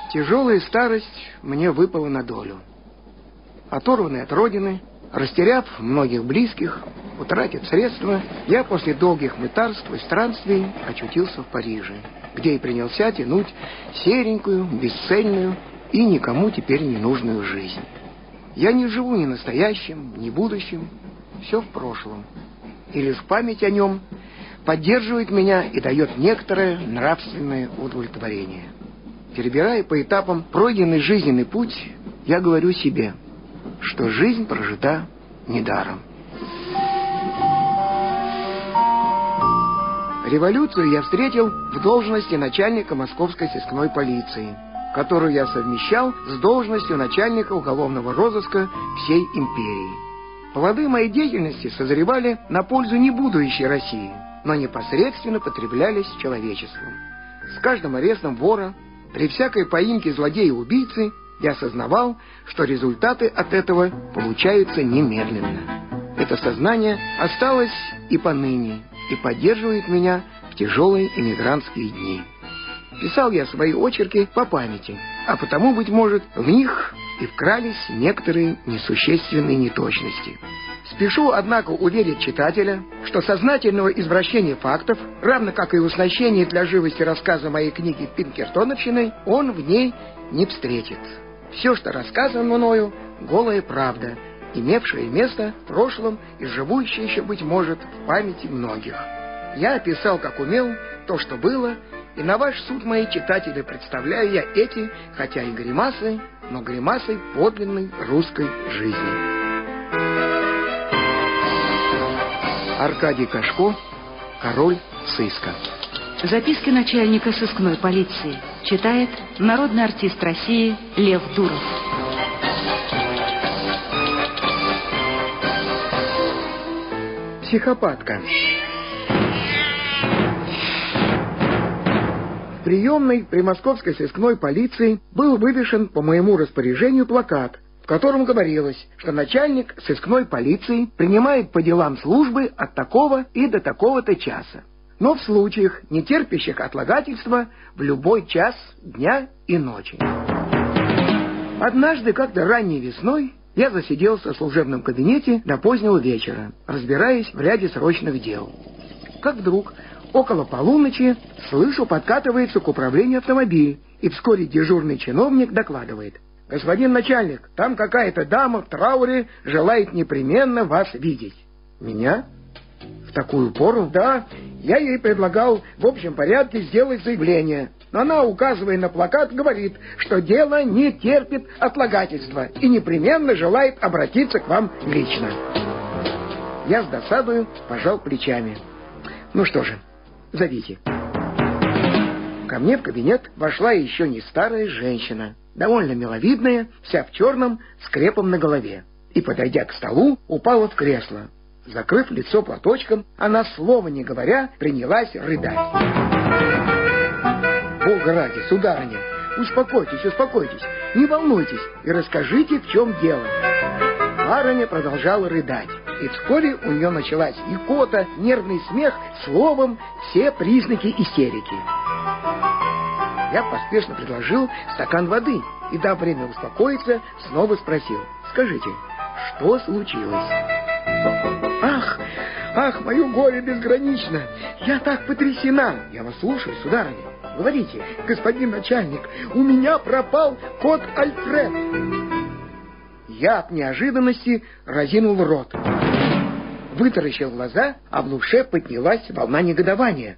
Тяжелая старость мне выпала на долю. Оторванный от родины, растеряв многих близких, утратив средства, я после долгих мытарств и странствий очутился в Париже, где и принялся тянуть серенькую, бесцельную и никому теперь не нужную жизнь. Я не живу ни настоящим, ни будущим, все в прошлом. И лишь память о нем поддерживает меня и дает некоторое нравственное удовлетворение. Перебирая по этапам пройденный жизненный путь, я говорю себе, что жизнь прожита недаром. Революцию я встретил в должности начальника Московской сыскной полиции, которую я совмещал с должностью начальника уголовного розыска всей империи. Плоды моей деятельности созревали на пользу не будущей России, но непосредственно потреблялись человечеством. С каждым арестом вора, при всякой поимке злодея и убийцы, я осознавал, что результаты от этого получаются немедленно. Это сознание осталось и поныне, и поддерживает меня в тяжелые эмигрантские дни. Писал я свои очерки по памяти, а потому, быть может, в них и вкрались некоторые несущественные неточности. Спешу, однако, уверить читателя, что сознательного извращения фактов, равно как и уснащения для живости рассказа моей книги Пинкертоновщиной, он в ней не встретит. Все, что рассказано мною, голая правда, имевшая место в прошлом и живущая еще, быть может, в памяти многих. Я описал, как умел, то, что было, и на ваш суд, мои читатели, представляю я эти, хотя и гримасы, но гримасы подлинной русской жизни. Аркадий Кашко, король сыска. Записки начальника сыскной полиции. Читает народный артист России Лев Дуров. Психопатка. В приемной при Московской сыскной полиции был вывешен по моему распоряжению плакат, в котором говорилось, что начальник сыскной полиции принимает по делам службы от такого и до такого-то часа, но в случаях, не терпящих отлагательства, в любой час дня и ночи. Однажды, как-то ранней весной, я засиделся в служебном кабинете до позднего вечера, разбираясь в ряде срочных дел. Как вдруг, около полуночи, слышу, подкатывается к управлению автомобиль, и вскоре дежурный чиновник докладывает: «Господин начальник, там какая-то дама в трауре желает непременно вас видеть». «Меня? В такую пору?» «Да, я ей предлагал в общем порядке сделать заявление, но она, указывая на плакат, говорит, что дело не терпит отлагательства и непременно желает обратиться к вам лично». Я с досадою пожал плечами. «Ну что же, зовите». Ко мне в кабинет вошла еще не старая женщина, довольно миловидная, вся в черном, с крепом на голове, и, подойдя к столу, упала в кресло. Закрыв лицо платочком, она, слова не говоря, принялась рыдать. «Бога ради, сударыня, успокойтесь, успокойтесь, не волнуйтесь и расскажите, в чем дело». Барыня продолжала рыдать, и вскоре у нее началась икота, нервный смех, словом, все признаки истерики. Я поспешно предложил стакан воды и, дав время успокоиться, снова спросил: «Скажите, что случилось?» Ах, мое горе безгранично! Я так потрясена!» «Я вас слушаю, сударыня. Говорите». «Господин начальник, у меня пропал кот Альфред». Я от неожиданности разинул рот, вытаращил глаза, а в душе поднялась волна негодования.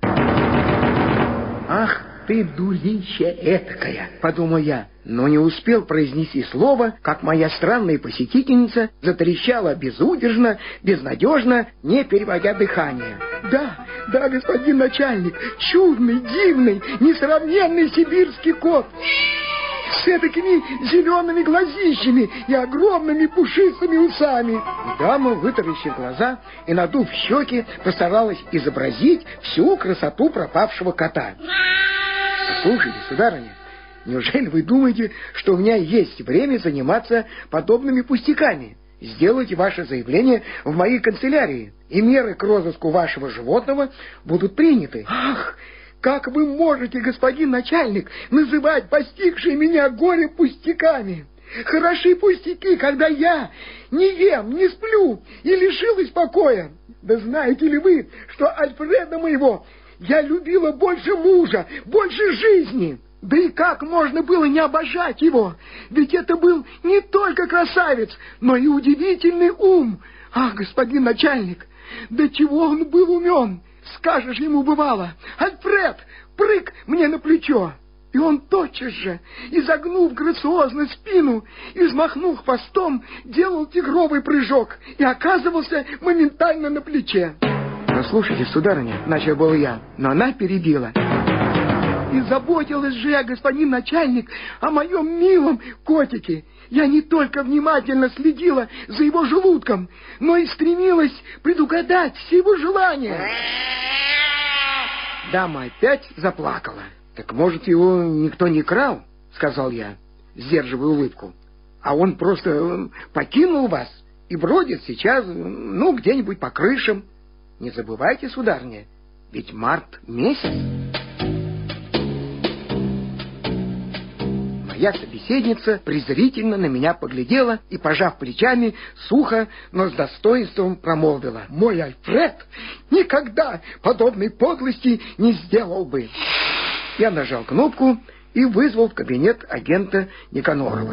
«Ах ты, дурища этакая!» — подумал я, но не успел произнести слово, как моя странная посетительница затрещала безудержно, безнадежно, не переводя дыхание. Да, господин начальник, чудный, дивный, несравненный сибирский кот, с этакими зелеными глазищами и огромными пушистыми усами». Дама, вытаращив глаза и надув щеки, постаралась изобразить всю красоту пропавшего кота. «Слушайте, сударыня, неужели вы думаете, что у меня есть время заниматься подобными пустяками? Сделайте ваше заявление в моей канцелярии, и меры к розыску вашего животного будут приняты». «Ах, Как вы можете, господин начальник, называть постигшие меня горе пустяками? Хороши пустяки, когда я не ем, не сплю и лишилась покоя. Да знаете ли вы, что Альфреда моего я любила больше мужа, больше жизни? Да и как можно было не обожать его? Ведь это был не только красавец, но и удивительный ум. Ах, господин начальник, до чего он был умен! Скажешь ему, бывало: «Альфред, прыг мне на плечо!» И он тотчас же, изогнув грациозно спину и взмахнув хвостом, делал тигровый прыжок и оказывался моментально на плече. «Послушайте, сударыня», — начал был я, но она перебила. «И заботилась же я, господин начальник, о моем милом котике. Я не только внимательно следила за его желудком, но и стремилась предугадать все его желания». Дама опять заплакала. «Так, может, его никто не крал?» — сказал я, сдерживая улыбку. «А он просто покинул вас и бродит сейчас, где-нибудь по крышам. Не забывайте, сударыня, ведь март месяц». Моя собеседница презрительно на меня поглядела и, пожав плечами, сухо, но с достоинством промолвила: «Мой Альфред никогда подобной подлости не сделал бы». Я нажал кнопку и вызвал в кабинет агента Никанорова.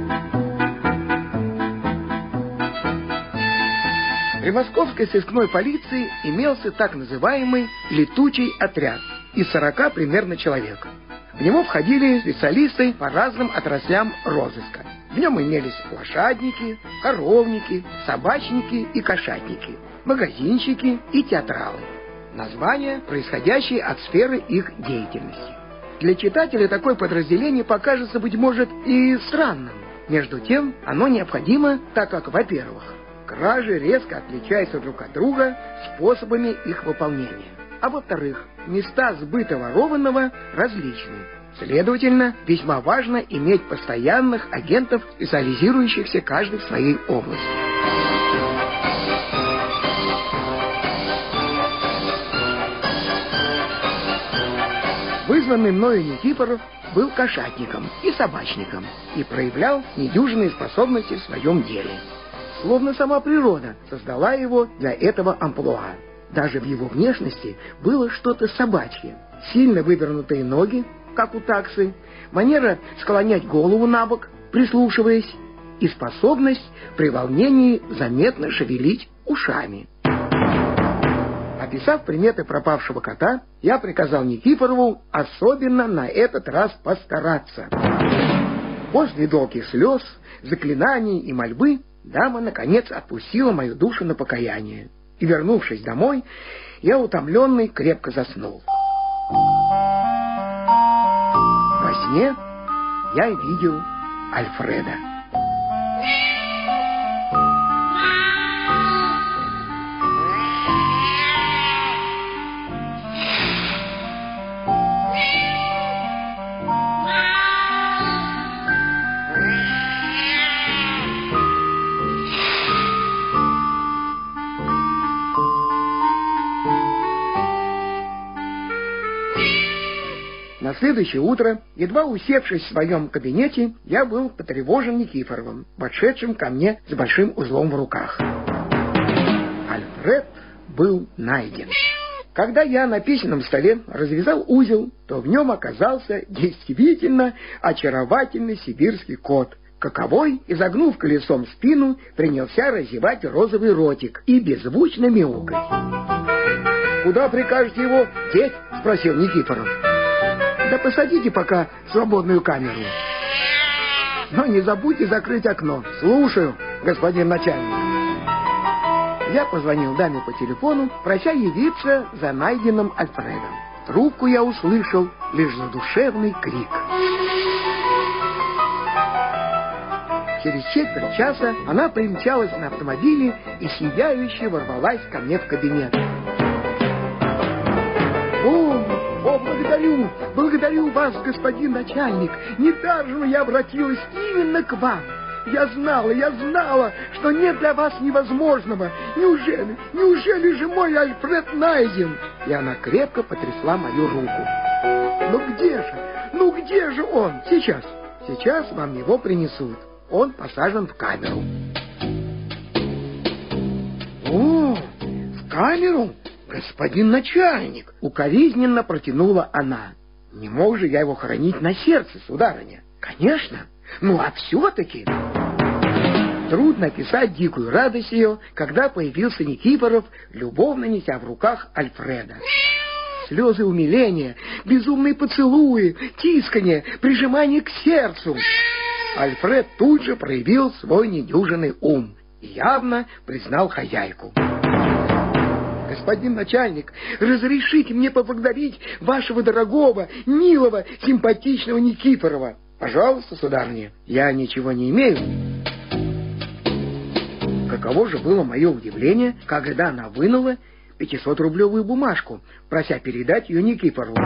При московской сыскной полиции имелся так называемый летучий отряд из 40 примерно человек. В него входили специалисты по разным отраслям розыска. В нем имелись лошадники, коровники, собачники и кошатники, магазинщики и театралы. Названия, происходящие от сферы их деятельности. Для читателя такое подразделение покажется, быть может, и странным. Между тем, оно необходимо, так как, во-первых, кражи резко отличаются друг от друга способами их выполнения. А во-вторых, места сбыта ворованного различны. Следовательно, весьма важно иметь постоянных агентов, специализирующихся каждый в своей области. Вызванный мною Никифоров был кошатником и собачником и проявлял недюжинные способности в своем деле. Словно сама природа создала его для этого амплуа. Даже в его внешности было что-то собачье. Сильно вывернутые ноги, как у таксы, манера склонять голову на бок, прислушиваясь, и способность при волнении заметно шевелить ушами. Описав приметы пропавшего кота, я приказал Никифорову особенно на этот раз постараться. После долгих слез, заклинаний и мольбы дама, наконец, отпустила мою душу на покаяние. И, вернувшись домой, я, утомленный, крепко заснул. Во сне я видел Альфреда. На следующее утро, едва усевшись в своем кабинете, я был потревожен Никифоровым, подшедшим ко мне с большим узлом в руках. Альфред был найден. Когда я на письменном столе развязал узел, то в нем оказался действительно очаровательный сибирский кот, каковой, изогнув колесом спину, принялся разевать розовый ротик и беззвучно мяукать. «Куда прикажете его деть?» — спросил Никифоров. «Да посадите пока в свободную камеру. Но не забудьте закрыть окно». «Слушаю, господин начальник». Я позвонил даме по телефону, прося явиться за найденным Альфредом. Трубку я услышал лишь задушевный крик. Через четверть часа она примчалась на автомобиле и сияюще ворвалась ко мне в кабинет. «О, благодарю вас, господин начальник. Недаром я обратилась именно к вам. Я знала, что нет для вас невозможного. Неужели же мой Альфред найден? И она крепко потрясла мою руку. Ну где же он? Сейчас вам его принесут. Он посажен в камеру. О, в камеру? Господин начальник! Укоризненно протянула она. Не мог же я его хоронить на сердце, сударыня? Конечно. Ну, а все-таки... Трудно описать дикую радость ее, когда появился Никифоров, любовно неся в руках Альфреда. Слезы умиления, безумные поцелуи, тисканье, прижимание к сердцу. Альфред тут же проявил свой недюжинный ум и явно признал хозяйку. Господин начальник, разрешите мне поблагодарить вашего дорогого, милого, симпатичного Никифорова. Пожалуйста, сударыня, я ничего не имею. Каково же было мое удивление, когда она вынула 500-рублевую бумажку, прося передать ее Никифорову.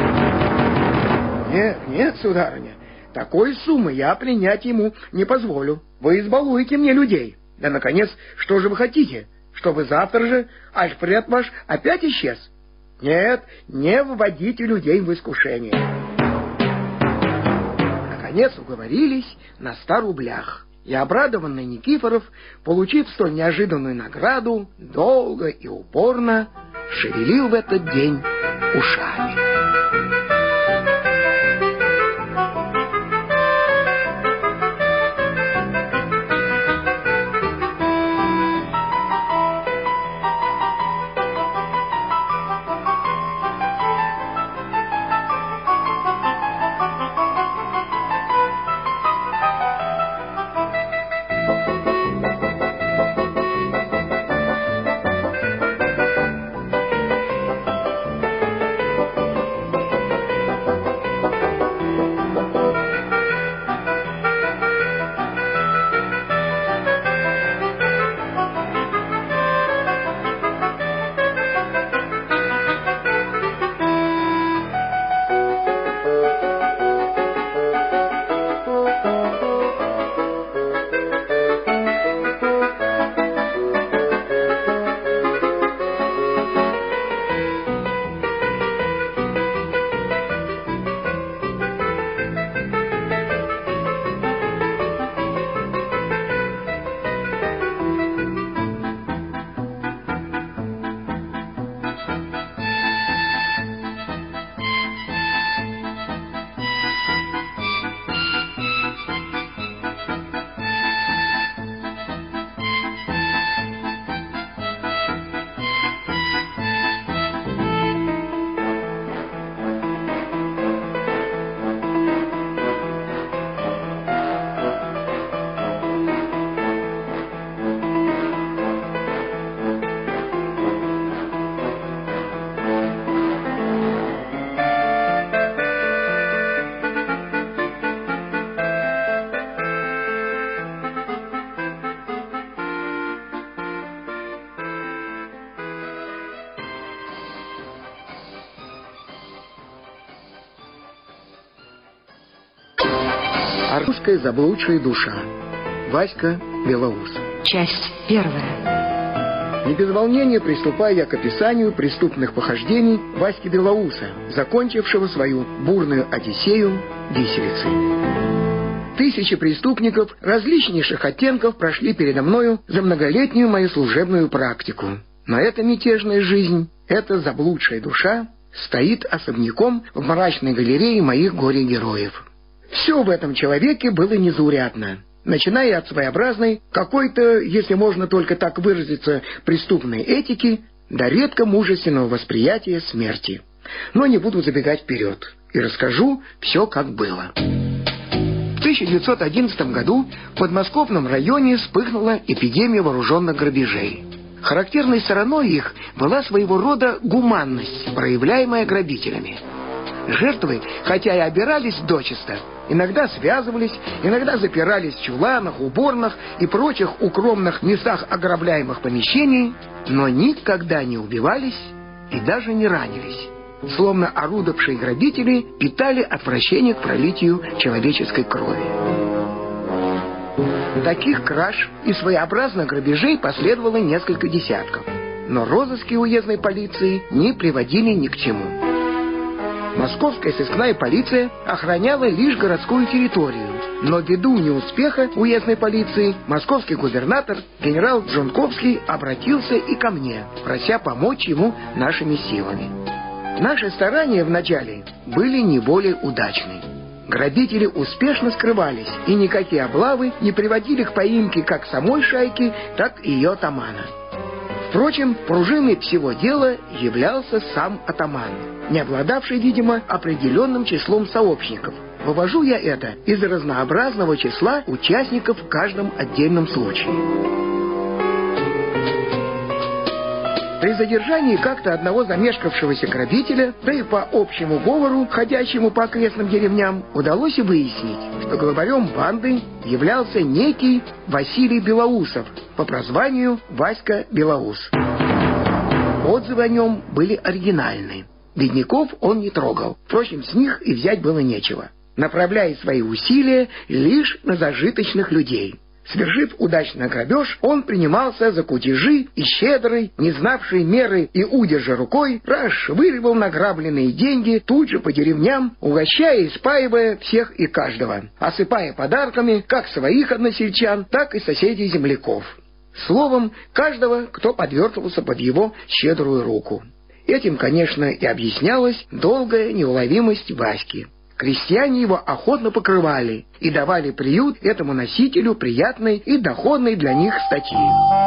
Нет, сударыня, такой суммы я принять ему не позволю. Вы избалуете мне людей. Да, наконец, что же вы хотите? Чтобы завтра же Альфред ваш опять исчез? Нет, не вводите людей в искушение. Наконец уговорились на 100 рублях. И обрадованный Никифоров, получив столь неожиданную награду, долго и упорно шевелил в этот день ушами. Русская заблудшая душа. Васька Белоус. Часть 1. Не без волнения приступаю я к описанию преступных похождений Васьки Белоуса, закончившего свою бурную одиссею виселицей. Тысячи преступников различнейших оттенков прошли передо мною за многолетнюю мою служебную практику. Но эта мятежная жизнь, эта заблудшая душа стоит особняком в мрачной галерее моих горе-героев. Все в этом человеке было незаурядно, начиная от своеобразной, какой-то, если можно только так выразиться, преступной этики, до редко мужественного восприятия смерти. Но не буду забегать вперед и расскажу все, как было. В 1911 году в подмосковном районе вспыхнула эпидемия вооруженных грабежей. Характерной стороной их была своего рода гуманность, проявляемая грабителями. Жертвы, хотя и обирались дочисто, иногда связывались, иногда запирались в чуланах, уборных и прочих укромных местах ограбляемых помещений, но никогда не убивались и даже не ранились. Словно орудовавшие грабители питали отвращение к пролитию человеческой крови. Таких краж и своеобразных грабежей последовало несколько десятков. Но розыски уездной полиции не приводили ни к чему. Московская сыскная полиция охраняла лишь городскую территорию. Но ввиду неуспеха уездной полиции московский губернатор генерал Джунковский обратился и ко мне, прося помочь ему нашими силами. Наши старания вначале были не более удачны. Грабители успешно скрывались, и никакие облавы не приводили к поимке как самой шайки, так и ее атамана. Впрочем, пружиной всего дела являлся сам атаман, не обладавший, видимо, определенным числом сообщников. Вывожу я это из разнообразного числа участников в каждом отдельном случае. При задержании как-то одного замешкавшегося грабителя, да и по общему говору, ходящему по окрестным деревням, удалось выяснить, что главарем банды являлся некий Василий Белоусов, по прозванию Васька Белоус. Отзывы о нем были оригинальны. Бедняков он не трогал, впрочем, с них и взять было нечего, направляя свои усилия лишь на зажиточных людей. Совершив удачный грабеж, он принимался за кутежи и щедрый, не знавший меры и удержа рукой, расшвыривал награбленные деньги тут же по деревням, угощая и спаивая всех и каждого, осыпая подарками как своих односельчан, так и соседей-земляков. Словом, каждого, кто подвертывался под его щедрую руку. Этим, конечно, и объяснялась долгая неуловимость Васьки. Крестьяне его охотно покрывали и давали приют этому носителю приятной и доходной для них статьи.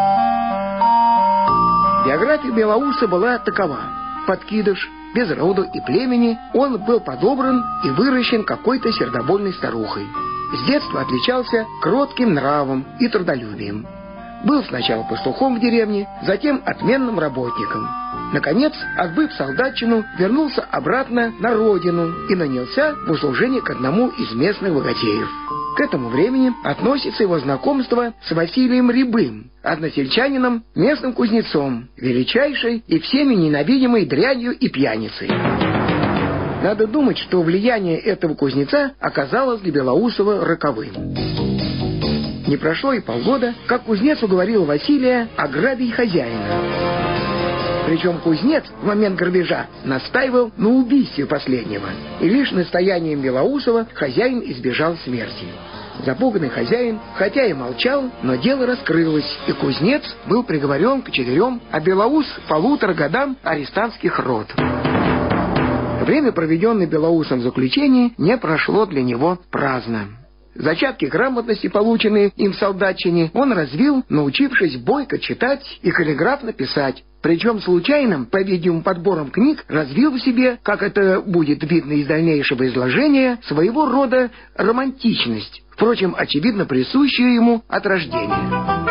Биография Белоуса была такова. Подкидыш, без роду и племени, он был подобран и выращен какой-то сердобольной старухой. С детства отличался кротким нравом и трудолюбием. Был сначала пастухом в деревне, затем отменным работником. Наконец, отбыв солдатчину, вернулся обратно на родину и нанялся в услужение к одному из местных богатеев. К этому времени относится его знакомство с Василием Рябым, односельчанином, местным кузнецом, величайшей и всеми ненавидимой дрянью и пьяницей. Надо думать, что влияние этого кузнеца оказалось для Белоусова роковым. Не прошло и полгода, как кузнец уговорил Василия ограбить хозяина. Причем кузнец в момент грабежа настаивал на убийстве последнего, и лишь настоянием Белоусова хозяин избежал смерти. Запуганный хозяин, хотя и молчал, но дело раскрылось, и кузнец был приговорен к 4, а Белоус — 1,5 годам арестантских рот. Время, проведенное Белоусом в заключении, не прошло для него праздно. Зачатки грамотности, полученные им в солдатчине, он развил, научившись бойко читать и каллиграфно писать. Причем случайным, по-видимому, подбором книг развил в себе, как это будет видно из дальнейшего изложения, своего рода романтичность, впрочем, очевидно присущую ему от рождения.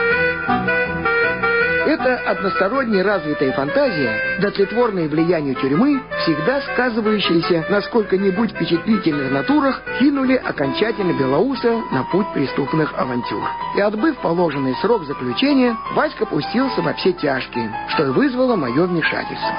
Эта односторонне развитая фантазия, да тлетворное влияние тюрьмы, всегда сказывающиеся на сколько-нибудь впечатлительных натурах, кинули окончательно Белоуса на путь преступных авантюр. И отбыв положенный срок заключения, Васька пустился во все тяжкие, что и вызвало мое вмешательство.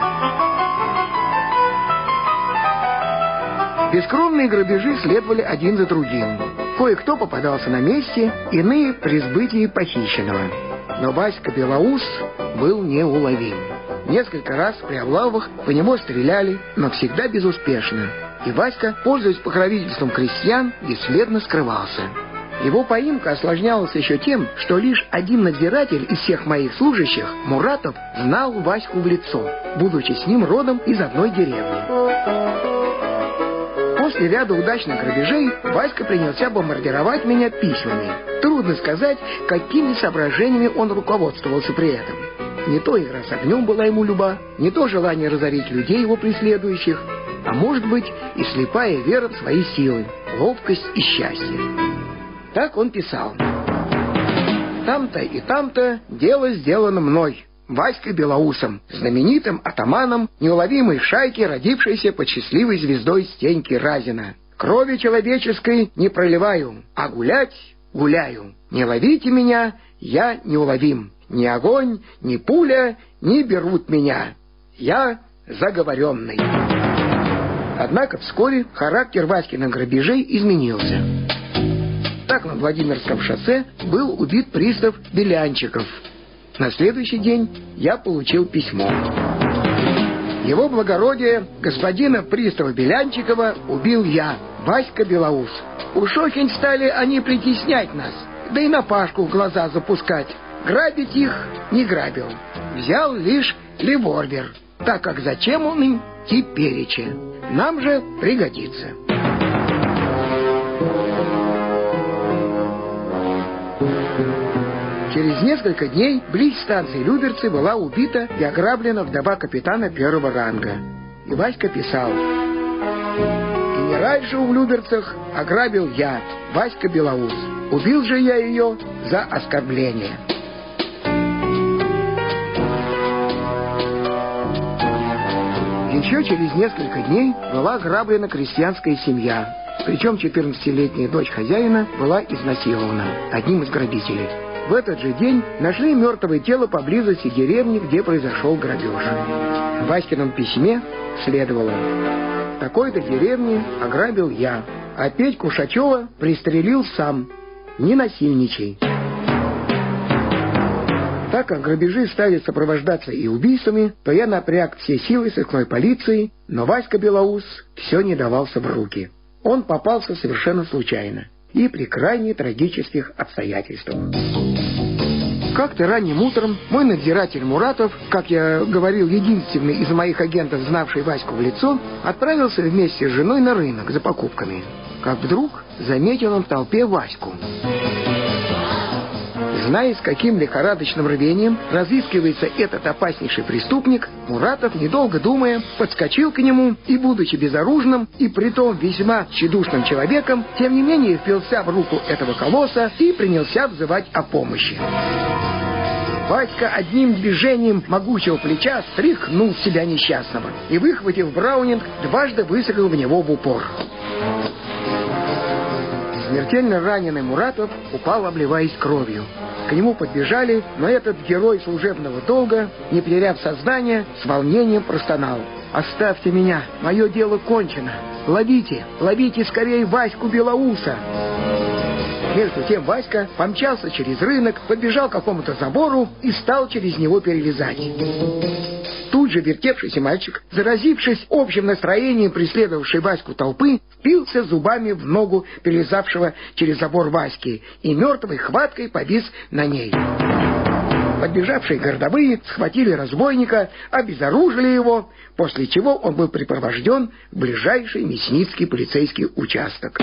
Бескровные грабежи следовали один за другим. Кое-кто попадался на месте, иные при сбытии похищенного. Но Васька Белоус был неуловим. Несколько раз при облавах по нему стреляли, но всегда безуспешно. И Васька, пользуясь покровительством крестьян, бесследно скрывался. Его поимка осложнялась еще тем, что лишь один надзиратель из всех моих служащих, Муратов, знал Ваську в лицо, будучи с ним родом из одной деревни. После ряда удачных грабежей Васька принялся бомбардировать меня письмами. Трудно сказать, какими соображениями он руководствовался при этом. Не то игра с огнем была ему люба, не то желание разорить людей его преследующих, а может быть и слепая вера в свои силы, ловкость и счастье. Так он писал. «Там-то и там-то дело сделано мной, Васькой Белоусом, знаменитым атаманом неуловимой шайки, родившейся под счастливой звездой Стеньки Разина. Крови человеческой не проливаю, а гулять гуляю. Не ловите меня, я неуловим. Ни огонь, ни пуля не берут меня. Я заговоренный». Однако вскоре характер Васькиных грабежей изменился. Так на Владимирском шоссе был убит пристав Белянчиков. На следующий день я получил письмо. Его благородие господина пристава Белянчикова убил я, Васька Белоус. Уж очень стали они притеснять нас, да и на Пашку в глаза запускать. Грабить их не грабил. Взял лишь револьвер, так как зачем он им тепереча? Нам же пригодится. Через несколько дней близ станции Люберцы была убита и ограблена вдова капитана первого ранга. И Васька писал: «Генеральшу в Люберцах ограбил я, Васька Белоус. Убил же я ее за оскорбление». Еще через несколько дней была ограблена крестьянская семья. Причем 14-летняя дочь хозяина была изнасилована одним из грабителей. В этот же день нашли мертвое тело поблизости деревни, где произошел грабеж. В Васькином письме следовало: «В такой-то деревне ограбил я, а Петьку Шачева пристрелил сам. Не насильничай». Так как грабежи стали сопровождаться и убийствами, то я напряг все силы сыскной полиции, но Васька Белоус все не давался в руки. Он попался совершенно случайно и при крайне трагических обстоятельствах. Как-то ранним утром мой надзиратель Муратов, как я говорил, единственный из моих агентов, знавший Ваську в лицо, отправился вместе с женой на рынок за покупками. Как вдруг заметил он в толпе Ваську. Зная, с каким лихорадочным рвением разыскивается этот опаснейший преступник, Муратов, недолго думая, подскочил к нему и, будучи безоружным и притом весьма тщедушным человеком, тем не менее впился в руку этого колосса и принялся взывать о помощи. Васька одним движением могучего плеча стряхнул с себя несчастного и, выхватив браунинг, дважды выстрелил в него в упор. Смертельно раненый Муратов упал, обливаясь кровью. К нему подбежали, но этот герой служебного долга, не потеряв сознание, с волнением простонал: «Оставьте меня, мое дело кончено! Ловите, ловите скорее Ваську Белоуса!» Между тем Васька помчался через рынок, подбежал к какому-то забору и стал через него перелезать. Тут же вертевшийся мальчик, заразившись общим настроением преследовавшей Ваську толпы, впился зубами в ногу перелезавшего через забор Васьки и мертвой хваткой повис на ней. Подбежавшие городовые схватили разбойника, обезоружили его, после чего он был припровожден в ближайший Мясницкий полицейский участок.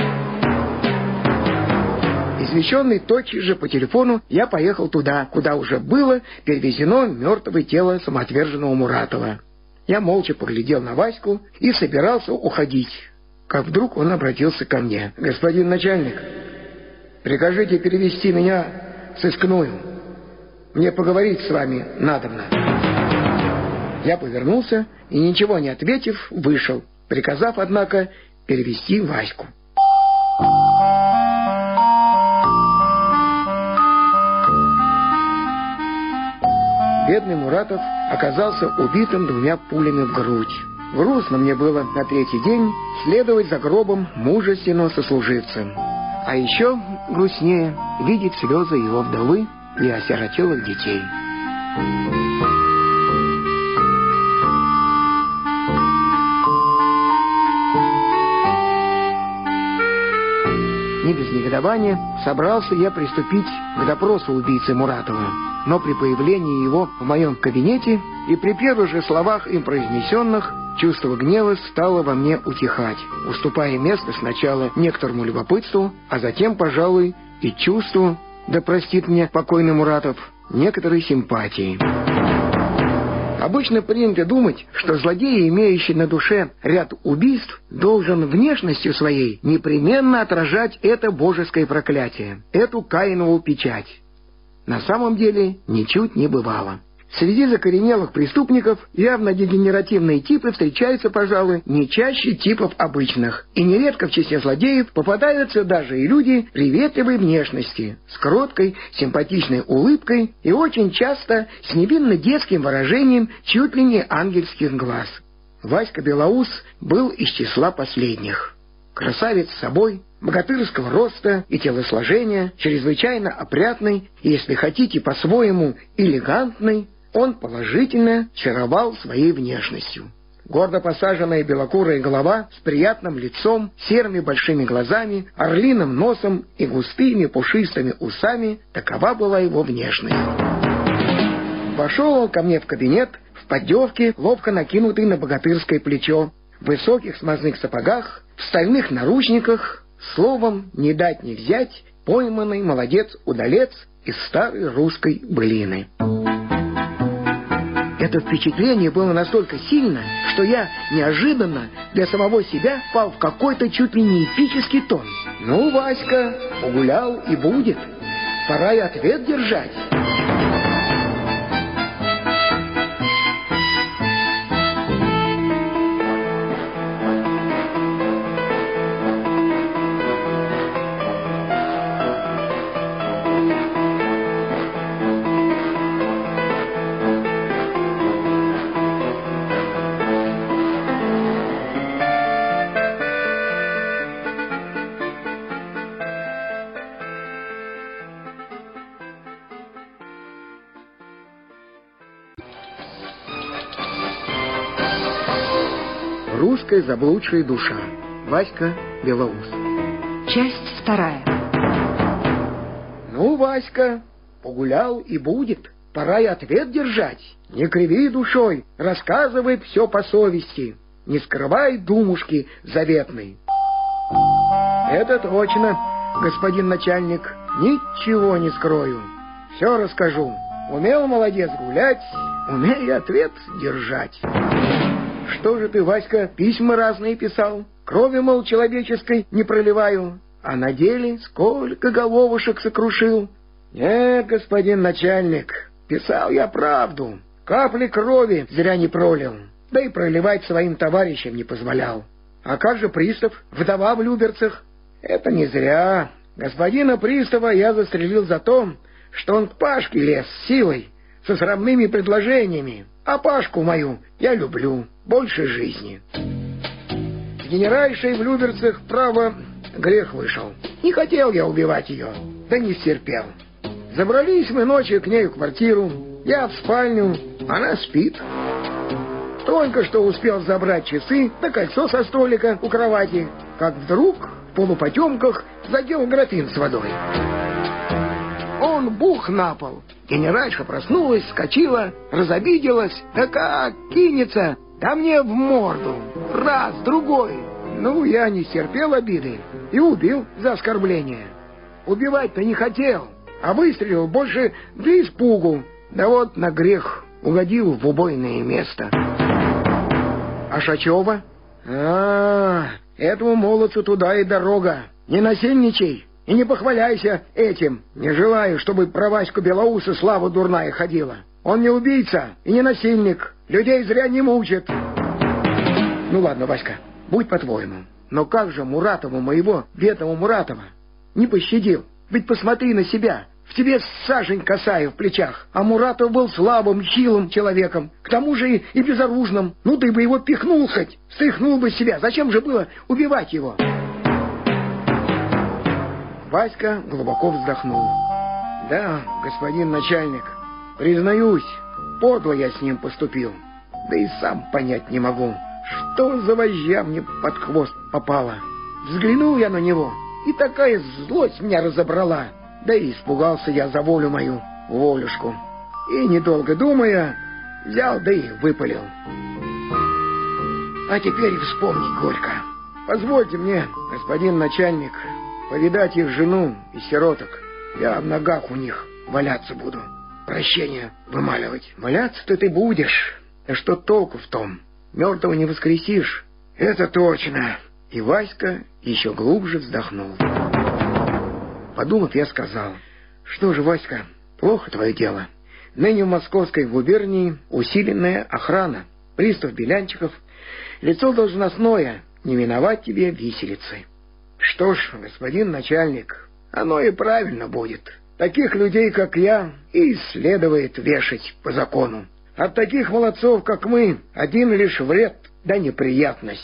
Извещенный тотчас же по телефону, я поехал туда, куда уже было перевезено мертвое тело самоотверженного Муратова. Я молча поглядел на Ваську и собирался уходить, как вдруг он обратился ко мне: «Господин начальник, прикажите перевести меня в сыскную. Мне поговорить с вами надобно». Я повернулся и, ничего не ответив, вышел, приказав, однако, перевести Ваську. Бедный Муратов оказался убитым 2 пулями в грудь. Грустно мне было на 3-й день следовать за гробом мужественного сослуживца. А еще грустнее видеть слезы его вдовы и осиротелых детей. Не без негодования собрался я приступить к допросу убийцы Муратова. Но при появлении его в моем кабинете и при первых же словах им произнесенных чувство гнева стало во мне утихать, уступая место сначала некоторому любопытству, а затем, пожалуй, и чувству, да простит мне покойный Муратов, некоторой симпатии. Обычно принято думать, что злодей, имеющий на душе ряд убийств, должен внешностью своей непременно отражать это божеское проклятие, эту Каинову печать. На самом деле ничуть не бывало. Среди закоренелых преступников явно дегенеративные типы встречаются, пожалуй, не чаще типов обычных. И нередко в числе злодеев попадаются даже и люди приветливой внешности, с кроткой, симпатичной улыбкой и очень часто с невинно детским выражением чуть ли не ангельских глаз. Васька Белоус был из числа последних. красавец собой, богатырского роста и телосложения, чрезвычайно опрятный и, если хотите, по-своему элегантный, он положительно чаровал своей внешностью. Гордо посаженная белокурая голова с приятным лицом, серыми большими глазами, орлиным носом и густыми пушистыми усами — такова была его внешность. Вошел он ко мне в кабинет в поддевке, ловко накинутой на богатырское плечо, в высоких смазных сапогах, в стальных наручниках, словом, не дать не взять, пойманный молодец-удалец из старой русской былины. Это впечатление было настолько сильно, что я неожиданно для самого себя впал в какой-то чуть ли не эпический тон. «Ну, Васька, погулял и будет. Пора и ответ держать». Русская заблудшая душа. Васька Белоус. Часть 2. «Ну, Васька, погулял и будет. Пора и ответ держать. Не криви душой, рассказывай все по совести. Не скрывай думушки заветной». «Это точно, господин начальник, ничего не скрою. Все расскажу. Умел молодец гулять, умей ответ держать». «Что же ты, Васька, письма разные писал? Крови, мол, человеческой не проливаю. А на деле сколько головушек сокрушил?» «Нет, господин начальник, писал я правду. Капли крови зря не пролил, да и проливать своим товарищам не позволял. А как же пристав, вдова в Люберцах?» «Это не зря. Господина пристава я застрелил за то, что он к Пашке лез силой, со срамными предложениями. А Пашку мою я люблю больше жизни. С генеральшей в Люберцах, право, грех вышел. Не хотел я убивать ее, да не стерпел. Забрались мы ночью к ней в квартиру, я в спальню, она спит. Только что успел забрать часы да кольцо со столика у кровати, как вдруг в полупотемках задел графин с водой. Он бух на пол. Генеральша проснулась, вскочила, разобиделась. Да как кинется, да мне в морду. Раз, другой. Ну, я не стерпел обиды и убил за оскорбление. Убивать-то не хотел, а выстрелил больше для испугу. Да вот на грех угодил в убойное место. А Шачева? Этому молодцу туда и дорога. Не насильничай. И не похваляйся этим. Не желаю, чтобы про Ваську Белоуса слава дурная ходила. Он не убийца и не насильник. Людей зря не мучит. Ну ладно, Васька, будь по-твоему. Но как же Муратову моего, бедного Муратова, не пощадил? Ведь посмотри на себя. В тебе сажень косая в плечах. А Муратов был слабым, хилым человеком. К тому же и безоружным. Ну ты бы его пихнул хоть. Стряхнул бы себя. Зачем же было убивать его? Васька глубоко вздохнул. «Да, господин начальник, признаюсь, подло я с ним поступил. Да и сам понять не могу, что за вожжа мне под хвост попала. Взглянул я на него, и такая злость меня разобрала. Да и испугался я за волю мою, волюшку. И, недолго думая, взял да и выпалил. А теперь вспомнить горько. Позвольте мне, господин начальник, повидать их жену и сироток. Я в ногах у них валяться буду, прощения вымаливать». «Валяться-то ты будешь. Да что толку в том? Мертвого не воскресишь». «Это точно». И Васька еще глубже вздохнул. Подумав, я сказал: «Что же, Васька, плохо твое дело. Ныне в Московской губернии усиленная охрана, пристав Белянчиков, лицо должностное, не миновать тебе виселицы». «Что ж, господин начальник, оно и правильно будет. Таких людей, как я, и следует вешать по закону. От таких молодцов, как мы, один лишь вред да неприятность.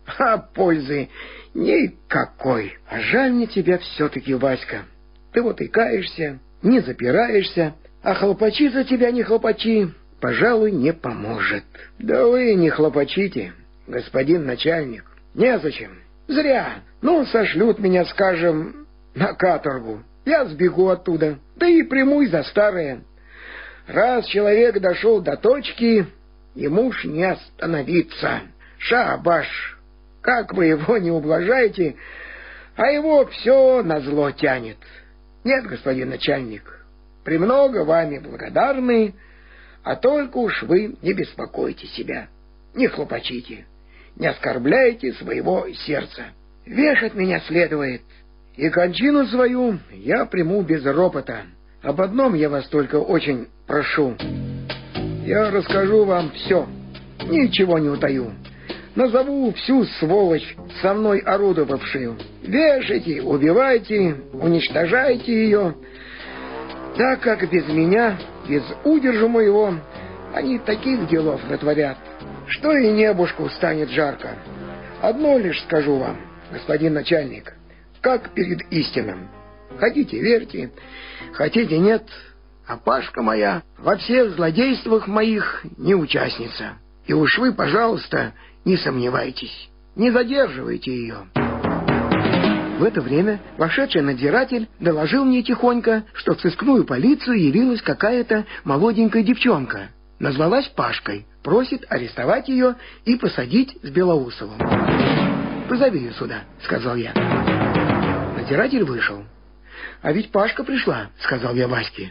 А пользы никакой. А жаль мне тебя все-таки, Васька. Ты вот и каешься, не запираешься, а хлопачи за тебя не хлопачи, пожалуй, не поможет. Да вы не хлопачите, господин начальник. Незачем. Зря. Ну, сошлют меня, скажем, на каторгу. Я сбегу оттуда, да и примусь за старое. Раз человек дошел до точки, ему ж не остановиться. Шабаш! Как вы его не ублажаете, а его все назло тянет. Нет, господин начальник, премного вами благодарны, а только уж вы не беспокойте себя, не хлопочите, не оскорбляйте своего сердца. Вешать меня следует, и кончину свою я приму без ропота. Об одном я вас только очень прошу. Я расскажу вам все, ничего не утаю. Назову всю сволочь, со мной орудовавшую. Вешайте, убивайте, уничтожайте ее, так как без меня, без удержу моего, они таких делов натворят, что и небушку станет жарко. Одно лишь скажу вам, господин начальник, как перед истином. Хотите — верьте, хотите — нет, а Пашка моя во всех злодействах моих не участница. И уж вы, пожалуйста, не сомневайтесь, не задерживайте ее. В это время вошедший надзиратель доложил мне тихонько, что в сыскную полицию явилась какая-то молоденькая девчонка. Назвалась Пашкой, просит арестовать ее и посадить с Белоусовым. «Позови ее сюда», — сказал я. Надзиратель вышел. «А ведь Пашка пришла», — сказал я Ваське.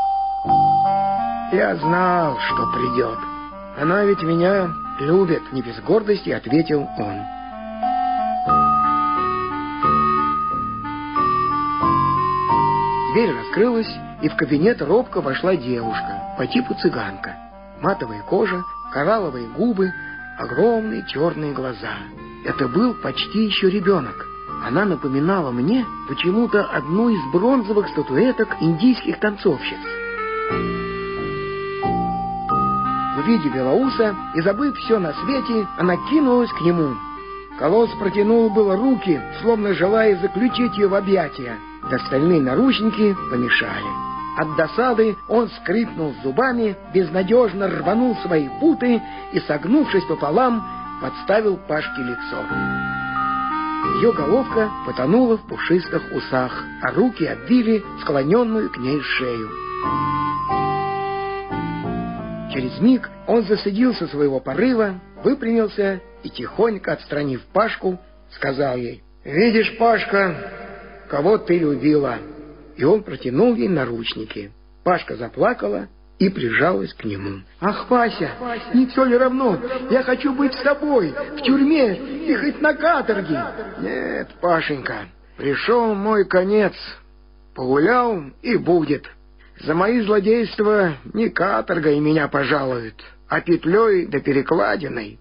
«Я знал, что придет. Она ведь меня любит», — не без гордости ответил он. Дверь раскрылась, и в кабинет робко вошла девушка, по типу цыганка. Матовая кожа, коралловые губы, огромные черные глаза. Это был почти еще ребенок. Она напоминала мне почему-то одну из бронзовых статуэток индийских танцовщиц. Увидев Белоуса и забыв все на свете, она кинулась к нему. Колосс протянул было руки, словно желая заключить ее в объятия, да стальные наручники помешали. От досады он скрипнул зубами, безнадежно рванул свои путы и, согнувшись пополам, подставил Пашке лицо. Ее головка потонула в пушистых усах, а руки обвили склоненную к ней шею. Через миг он засадился своего порыва, выпрямился и, тихонько отстранив Пашку, сказал ей: «Видишь, Пашка, кого ты любила?» И он протянул ей наручники. Пашка заплакала и прижалась к нему. «Ах, Пася, не все ли равно? Я хочу быть с тобой, в тюрьме и хоть на каторге!» «Нет, Пашенька, пришел мой конец. Погулял и будет. За мои злодейства не каторгой меня пожалуют, а петлей да перекладиной».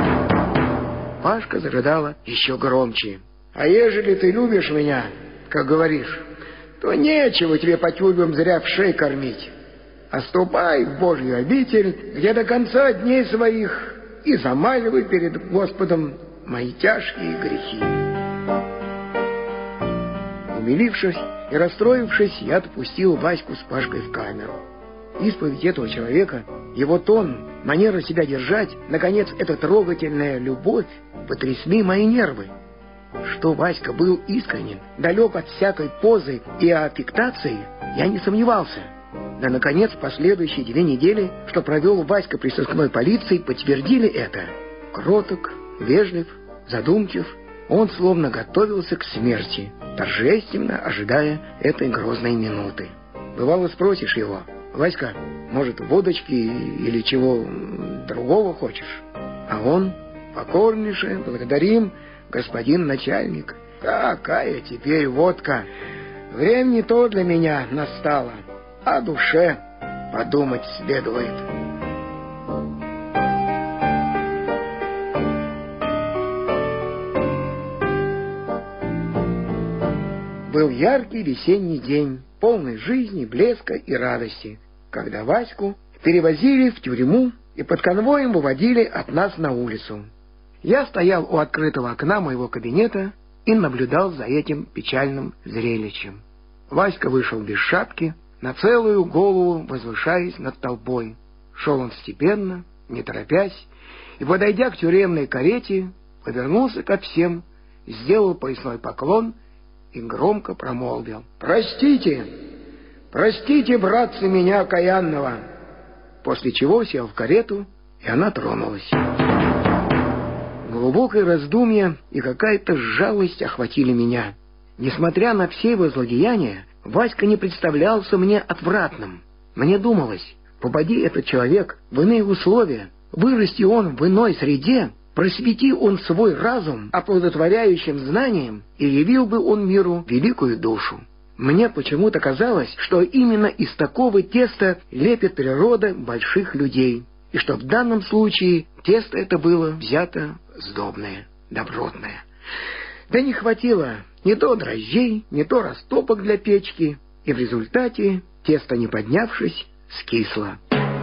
Пашка зарыдала еще громче. «А ежели ты любишь меня, как говоришь, то нечего тебе по тюрьмам зря в шей кормить. А ступай в Божью обитель, где до конца дней своих и замаливай перед Господом мои тяжкие грехи». Умилившись и расстроившись, я отпустил Ваську с Пашкой в камеру. Исповедь этого человека, его тон, манера себя держать, наконец, эта трогательная любовь потрясли мои нервы. Что Васька был искренен, далек от всякой позы и аффектации, я не сомневался. Да, наконец, последующие 2 недели, что провел Васька при сыскной полиции, подтвердили это. Кроток, вежлив, задумчив, он словно готовился к смерти, торжественно ожидая этой грозной минуты. Бывало, спросишь его: «Васька, может, водочки или чего другого хочешь?» А он: «Покорнейше благодарим, господин начальник. Какая теперь водка? Время не то для меня настало. О душе подумать следует». Был яркий весенний день, полный жизни, блеска и радости, когда Ваську перевозили в тюрьму и под конвоем выводили от нас на улицу. Я стоял у открытого окна моего кабинета и наблюдал за этим печальным зрелищем. Васька вышел без шапки, на целую голову возвышаясь над толпой. Шел он степенно, не торопясь, и, подойдя к тюремной карете, повернулся ко всем, сделал поясной поклон и громко промолвил: «Простите, простите, братцы, меня окаянного!» После чего сел в карету, и она тронулась. Глубокое раздумье и какая-то жалость охватили меня. Несмотря на все его злодеяния, Васька не представлялся мне отвратным. Мне думалось, попади этот человек в иные условия, вырасти он в иной среде, просвети он свой разум оплодотворяющим знанием, и явил бы он миру великую душу. Мне почему-то казалось, что именно из такого теста лепит природа больших людей, и что в данном случае тесто это было взято сдобное, добротное. Да не хватило ни то дрожжей, ни то растопок для печки, и в результате тесто, не поднявшись, скисло.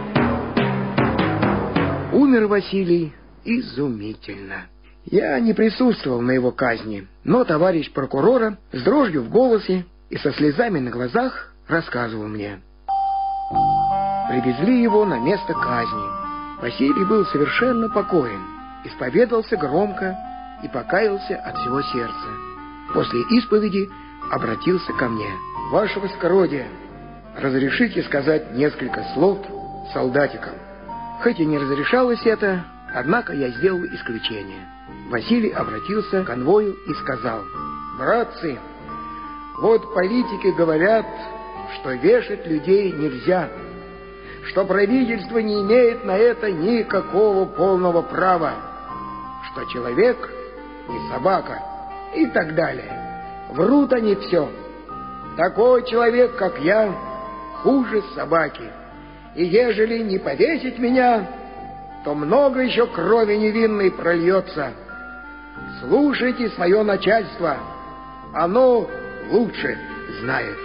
Умер Василий изумительно. Я не присутствовал на его казни, но товарищ прокурора с дрожью в голосе и со слезами на глазах рассказывал мне. Привезли его на место казни. Василий был совершенно покоен, исповедался громко и покаялся от всего сердца. После исповеди обратился ко мне: «Ваше высокородие, разрешите сказать несколько слов солдатикам?» Хоть и не разрешалось это, однако я сделал исключение. Василий обратился к конвою и сказал: «Братцы, вот политики говорят, что вешать людей нельзя, что правительство не имеет на это никакого полного права, что человек не собака и так далее. Врут они все. Такой человек, как я, хуже собаки. И ежели не повесить меня, то много еще крови невинной прольется. Слушайте свое начальство, оно лучше знает».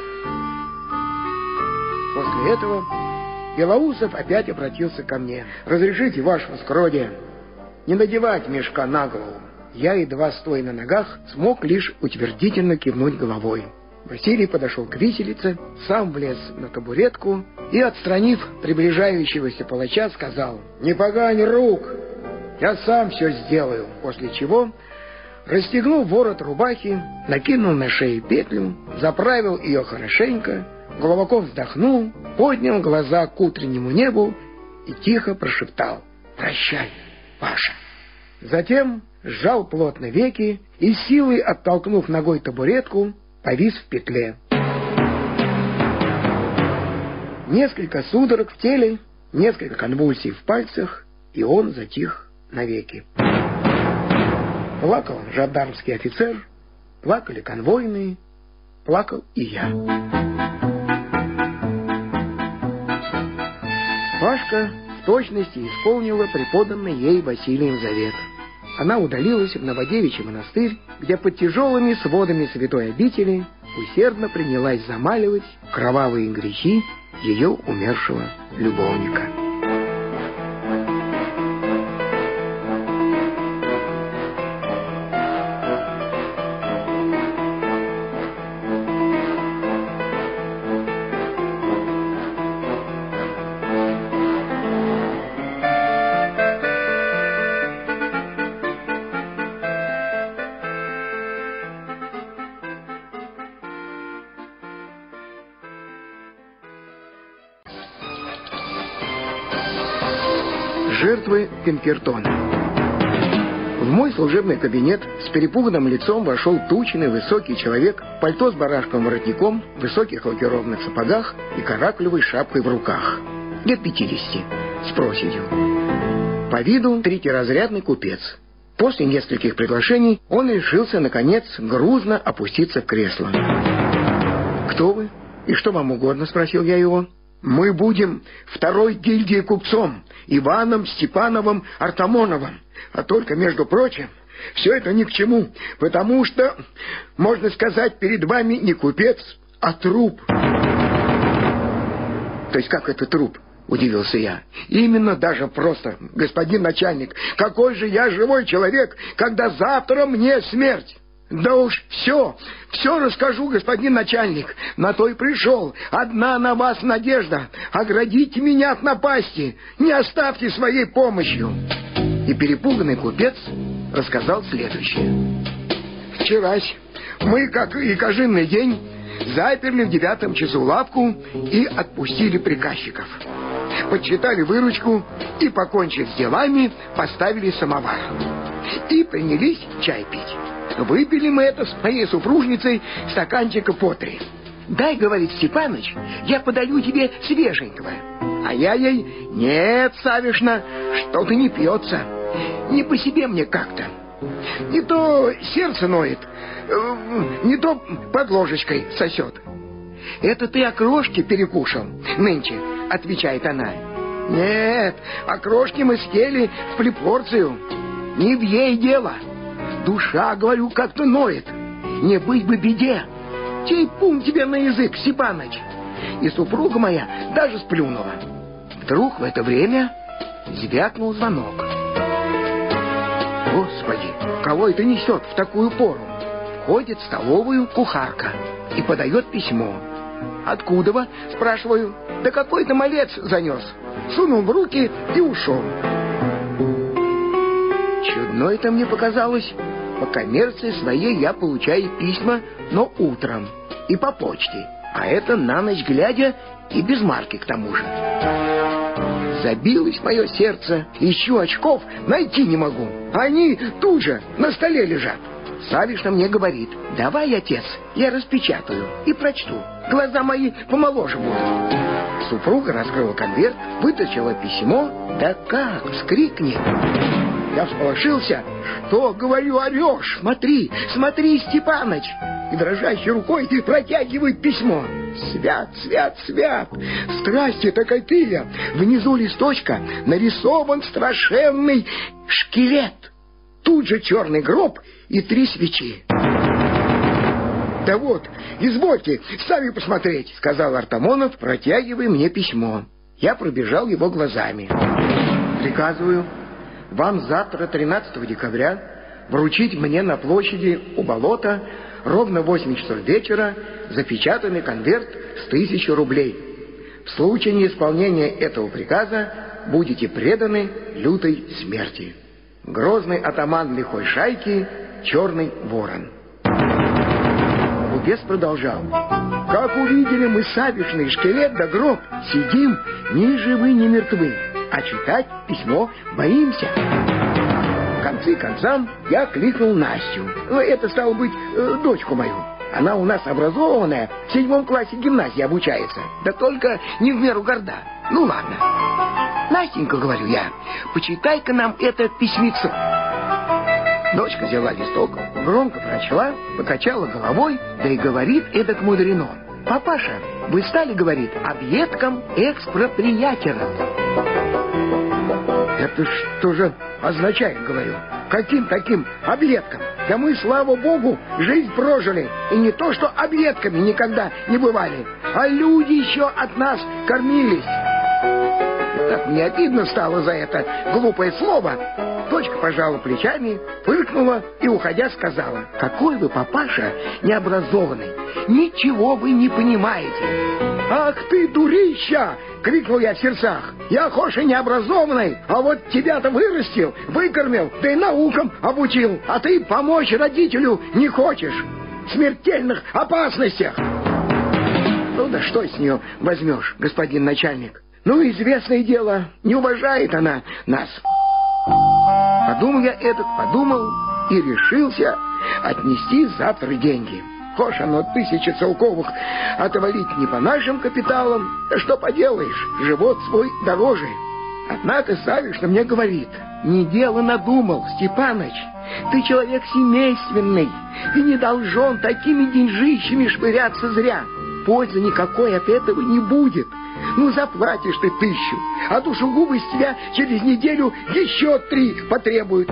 После этого Белоусов опять обратился ко мне: «Разрешите, ваше высокородие, не надевать мешка на голову». Я, едва стоя на ногах, смог лишь утвердительно кивнуть головой. Василий подошел к виселице, сам влез на табуретку и, отстранив приближающегося палача, сказал: «Не погань рук, я сам все сделаю». После чего расстегнул ворот рубахи, накинул на шею петлю, заправил ее хорошенько, глубоко вздохнул, поднял глаза к утреннему небу и тихо прошептал: «Прощай, Паша». Затем сжал плотно веки и, силой оттолкнув ногой табуретку, повис в петле. Несколько судорог в теле, несколько конвульсий в пальцах, и он затих навеки. Плакал жандармский офицер, плакали конвойные, плакал и я. Пашка в точности исполнила преподанный ей Василием завет. Она удалилась в Новодевичий монастырь, где под тяжелыми сводами святой обители усердно принялась замаливать кровавые грехи ее умершего любовника. Жертвы Пинкертона. В мой служебный кабинет с перепуганным лицом вошел тучный высокий человек, пальто с барашковым воротником, в высоких лакированных сапогах и каракулевой шапкой в руках. Лет 50, с проседью. По виду третьеразрядный купец. После нескольких приглашений он решился, наконец, грузно опуститься в кресло. «Кто вы? И что вам угодно?» — спросил я его. «Мы будем второй гильдии купцом, Иваном Степановым Артамоновым. А только, между прочим, все это ни к чему, потому что, можно сказать, перед вами не купец, а труп». «То есть как это труп?» — удивился я. Именно, даже просто, господин начальник. Какой же я живой человек, когда завтра мне смерть? Да уж все расскажу, господин начальник. На то и пришел. Одна на вас надежда. Оградите меня от напасти. Не оставьте своей помощью. И перепуганный купец рассказал следующее. Вчерась мы, как и кожинный день, заперли в 9 часу лавку и отпустили приказчиков. Подсчитали выручку и, покончив с делами, поставили самовар. И принялись чай пить. Выпили мы это с моей супружницей стаканчика по 3. «Дай, — говорит Степаныч, — я подаю тебе свеженького». А я ей: «Нет, Савишна, что-то не пьется. Не по себе мне как-то. Не то сердце ноет, не то под ложечкой сосет». «Это ты окрошки перекушал нынче», — отвечает она. «Нет, окрошки мы съели в припорцию. Не в ей дело. Душа, говорю, как-то ноет. Не быть бы беде. Тей-пун тебе на язык, Степаныч». И супруга моя даже сплюнула. Вдруг в это время звякнул звонок. Господи, кого это несет в такую пору? Входит в столовую кухарка и подает письмо. «Откуда?» — спрашиваю. «Да какой-то малец занес». Сунул в руки и ушел. Чудно это мне показалось. По коммерции своей я получаю письма, но утром и по почте. А это на ночь глядя и без марки к тому же. Забилось мое сердце. Ищу очков, найти не могу. Они тут же на столе лежат. Савишна мне говорит: «Давай, отец, я распечатаю и прочту. Глаза мои помоложе будут». Супруга раскрыла конверт, вытащила письмо. Да как вскрикнет! Я всполошился. «Что, говорю, орешь? Смотри, смотри, Степаныч!» И дрожащей рукой протягивает письмо. Свят, свят, свят! Страсти-то какие! Внизу листочка нарисован страшенный шкелет. Тут же черный гроб и 3 свечи. «Да вот, извольте, сами посмотреть», — сказал Артамонов, протягивая мне письмо. Я пробежал его глазами. «Приказываю вам завтра, 13 декабря, вручить мне на площади у болота ровно в 8 часов вечера запечатанный конверт с 1000 рублей. В случае неисполнения этого приказа будете преданы лютой смерти. Грозный атаман лихой шайки Черный Ворон». Купец продолжал. «Как увидели мы Савишный шкелет да гроб, сидим ни живы, ни мертвы, а читать письмо боимся». В конце концам я кликнул Настю. Это, стало быть, дочку мою. Она у нас образованная, в 7 классе гимназии обучается, да только не в меру горда. Ну ладно. «Настенька, — говорю я, — почитай-ка нам это письмецо». Дочка взяла листок, громко прочла, покачала головой, да и говорит эдак мудрено: «Папаша, вы стали, — говорит, — объедком-экспроприатором». «Это что же означает, — говорю, — каким таким объедком? Да мы, слава богу, жизнь прожили, и не то что объедками никогда не бывали, а люди еще от нас кормились». Так мне обидно стало за это глупое слово. Дочка пожала плечами, фыркнула и, уходя, сказала: «Какой вы, папаша, необразованный, ничего вы не понимаете». «Ах ты, дурища!» — крикнул я в сердцах. «Я, хошь и необразованный, а вот тебя-то вырастил, выкормил, да и наукам обучил, а ты помочь родителю не хочешь. В смертельных опасностях». Ну да что с нее возьмешь, господин начальник? Ну, известное дело, не уважает она нас. Подумал я подумал и решился отнести завтра деньги. Хошь оно 1000 целковых отвалить не по нашим капиталам, да что поделаешь, живот свой дороже. Однако Савишна мне говорит: «Не дело надумал, Степаныч, ты человек семейственный и не должен такими деньжищами швыряться зря. Пользы никакой от этого не будет. Ну, заплатишь ты 1000, а душегубы с тебя через неделю еще 3 потребуют.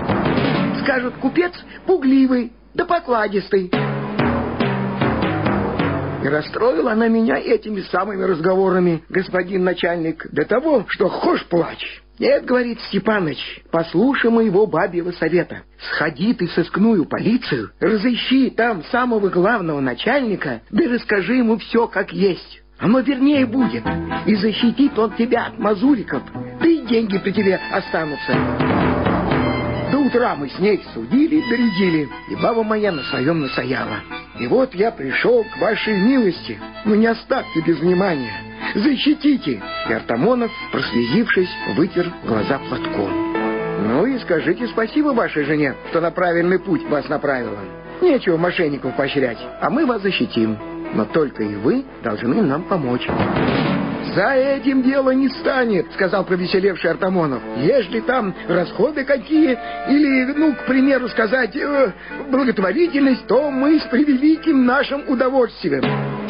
Скажут: купец пугливый да покладистый». И расстроила она меня этими самыми разговорами, господин начальник, до того, что хошь плачь. Нет, говорит Степаныч, послушай моего бабьего совета. Сходи ты в сыскную полицию, разыщи там самого главного начальника, да расскажи ему все как есть. Оно вернее будет, и защитит он тебя от мазуриков, да и деньги при тебе останутся. До утра мы с ней судили, доредили, и баба моя на своем настояла. И вот я пришел к вашей милости, но не оставьте без внимания. Защитите!» И Артамонов, прослезившись, вытер глаза платком. «Ну и скажите спасибо вашей жене, что на правильный путь вас направила. Нечего мошенников поощрять, а мы вас защитим. Но только и вы должны нам помочь». «За этим дело не станет», — сказал повеселевший Артамонов. «Ежели там расходы какие, или, к примеру сказать, благотворительность, то мы с превеликим нашим удовольствием».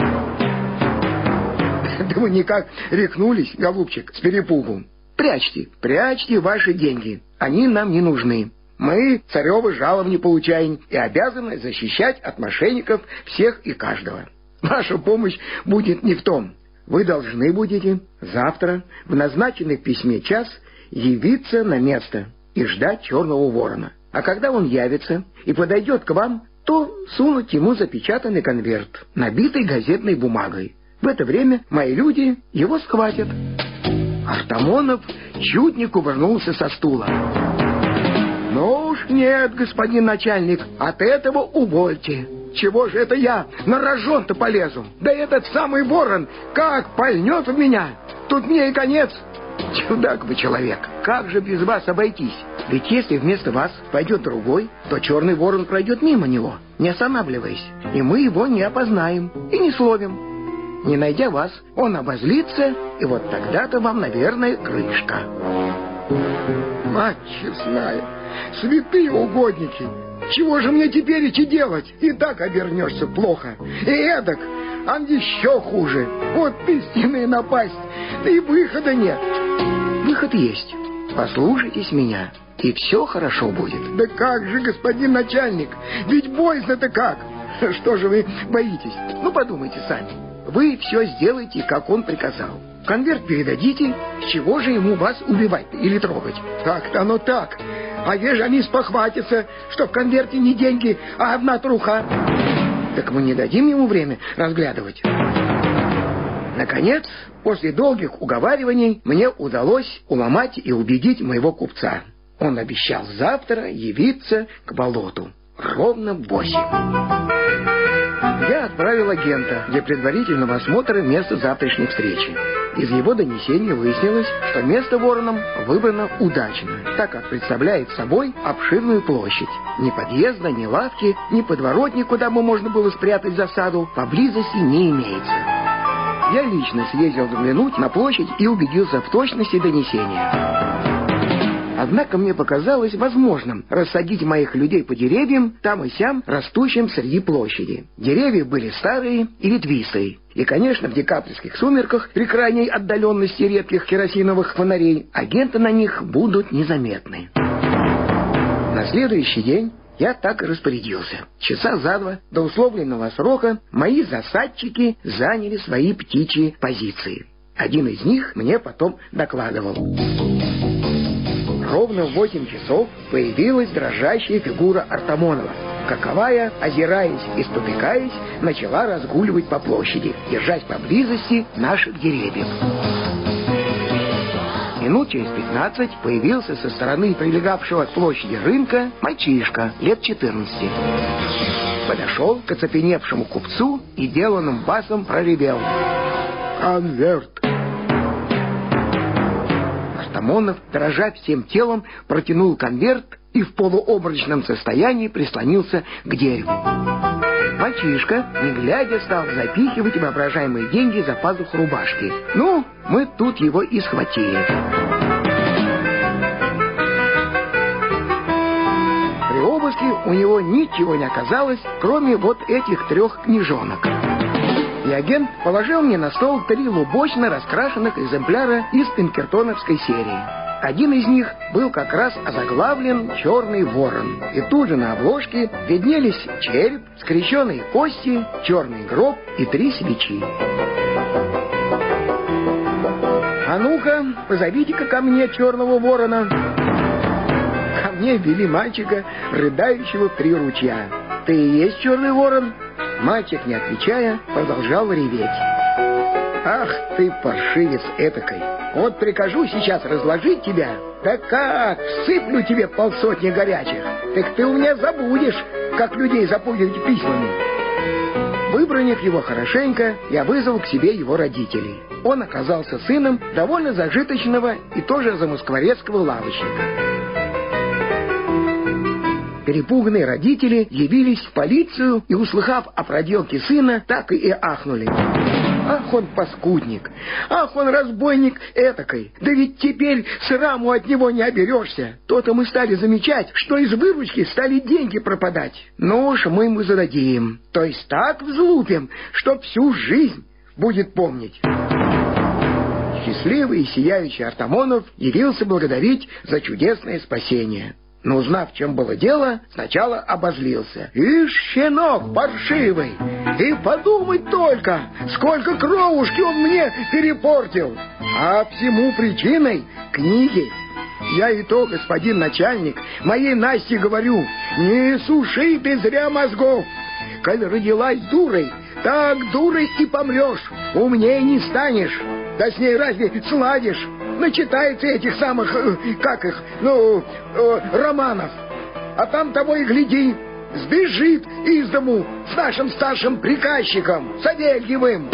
«Да вы никак рехнулись, голубчик, с перепугу. Прячьте ваши деньги, они нам не нужны. Мы царевы жаловни получаем и обязаны защищать от мошенников всех и каждого. Ваша помощь будет не в том. Вы должны будете завтра в назначенный в письме час явиться на место и ждать черного ворона. А когда он явится и подойдет к вам, то сунуть ему запечатанный конверт, набитый газетной бумагой. В это время мои люди его схватят». Артамонов чуть не кувырнулся со стула. «Ну уж нет, господин начальник, от этого увольте. Чего же это я на рожон-то полезу? Да этот самый ворон как пальнет в меня, тут мне и конец». «Чудак вы человек, как же без вас обойтись? Ведь если вместо вас пойдет другой, то черный ворон пройдет мимо него, не останавливаясь, и мы его не опознаем и не словим. Не найдя вас, он обозлится, и вот тогда-то вам, наверное, крышка». «Мать честная, святые угодники, чего же мне теперь идти делать? И так обернешься плохо, и эдак, а еще хуже. Вот истинная напасть, да и выхода нет». «Выход есть. Послушайтесь меня, и все хорошо будет». «Да как же, господин начальник, ведь боязно-то как? Что же вы боитесь? Подумайте сами. Вы все сделаете, как он приказал. Конверт передадите, с чего же ему вас убивать или трогать?» «Так-то оно так. А ежели они спохватятся, что в конверте не деньги, а одна труха?» «Так мы не дадим ему время разглядывать». Наконец, после долгих уговариваний, мне удалось уломать и убедить моего купца. Он обещал завтра явиться к болоту. Ровно в 8. Я отправил агента для предварительного осмотра места завтрашней встречи. Из его донесения выяснилось, что место воронам выбрано удачно, так как представляет собой обширную площадь. Ни подъезда, ни лавки, ни подворотни, куда бы можно было спрятать засаду, поблизости не имеется. Я лично съездил взглянуть на площадь и убедился в точности донесения. Однако мне показалось возможным рассадить моих людей по деревьям, там и сям, растущим среди площади. Деревья были старые и ветвистые. И, конечно, в декабрьских сумерках, при крайней отдаленности редких керосиновых фонарей, агенты на них будут незаметны. На следующий день я так и распорядился. Часа за 2 до условленного срока мои засадчики заняли свои птичьи позиции. Один из них мне потом докладывал. Ровно в 8 часов появилась дрожащая фигура Артамонова. Каковая, озираясь и спотыкаясь, начала разгуливать по площади, держась поблизости наших деревьев. Минут через 15 появился со стороны прилегавшего к площади рынка мальчишка лет 14. Подошел к оцепеневшему купцу и деланным басом проревел: «Конверт!» Артамонов, дрожа всем телом, протянул конверт и в полуобморочном состоянии прислонился к дереву. Мальчишка, не глядя, стал запихивать воображаемые деньги за пазуху рубашки. Мы тут его и схватили. При обыске у него ничего не оказалось, кроме вот этих 3 книжонок. И агент положил мне на стол 3 лубочно раскрашенных экземпляра из пинкертоновской серии. Один из них был как раз озаглавлен «Черный ворон». И тут же на обложке виднелись череп, скрещенные кости, черный гроб и 3 свечи. «А ну-ка, позовите-ка ко мне черного ворона». Ко мне вели мальчика, рыдающего в 3 ручья. «Ты и есть черный ворон?» Мальчик, не отвечая, продолжал реветь. «Ах ты, паршивец этакой! Вот прикажу сейчас разложить тебя, так как всыплю тебе 50 горячих, так ты у меня забудешь, как людей запугивать письмами». Выбранив его хорошенько, я вызвал к себе его родителей. Он оказался сыном довольно зажиточного и тоже замоскворецкого лавочника. Перепуганные родители явились в полицию и, услыхав о проделке сына, так и ахнули. «Ах, он паскудник! Ах, он разбойник этакой! Да ведь теперь сраму от него не оберешься! То-то мы стали замечать, что из выручки стали деньги пропадать. Ну уж мы ему зададим, то есть так взлупим, что всю жизнь будет помнить». Счастливый и сияющий Артамонов явился благодарить за чудесное спасение. Но, узнав, в чем было дело, сначала обозлился. «Ишь, щенок паршивый! И подумать только, сколько кровушки он мне перепортил! А всему причиной книги. Я и то, господин начальник, моей Насте говорю, не суши ты зря мозгов! Коль родилась дурой, так дурой и помрешь, умнее не станешь. Да с ней разве сладишь? Начитается этих самых, романов. А там того и гляди, сбежит из дому с нашим старшим приказчиком, Савельевым».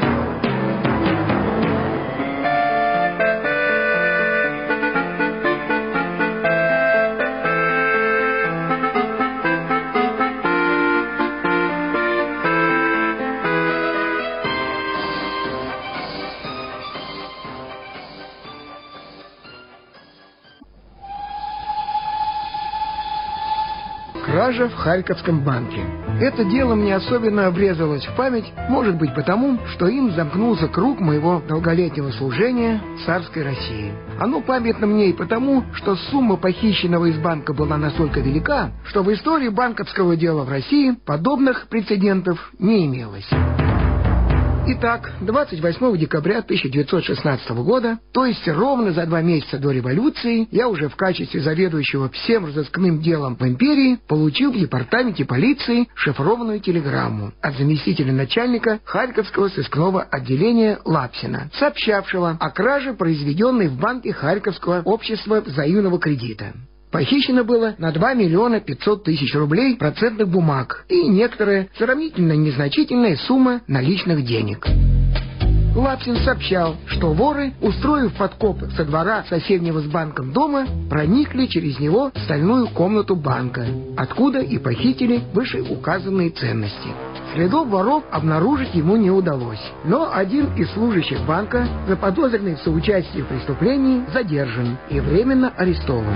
Кража в Харьковском банке. Это дело мне особенно врезалось в память, может быть потому, что им замкнулся круг моего долголетнего служения в царской России. Оно памятно мне и потому, что сумма похищенного из банка была настолько велика, что в истории банковского дела в России подобных прецедентов не имелось. Итак, 28 декабря 1916 года, то есть ровно за 2 месяца до революции, я уже в качестве заведующего всем разыскным делом в империи получил в департаменте полиции шифрованную телеграмму от заместителя начальника Харьковского сыскного отделения Лапсина, сообщавшего о краже, произведенной в банке Харьковского общества взаимного кредита. Похищено было на 2 500 000 рублей процентных бумаг и некоторая сравнительно незначительная сумма наличных денег. Лапсин сообщал, что воры, устроив подкоп со двора соседнего с банком дома, проникли через него в стальную комнату банка, откуда и похитили вышеуказанные ценности. Следов воров обнаружить ему не удалось, но один из служащих банка, заподозренный в соучастии в преступлении, задержан и временно арестован.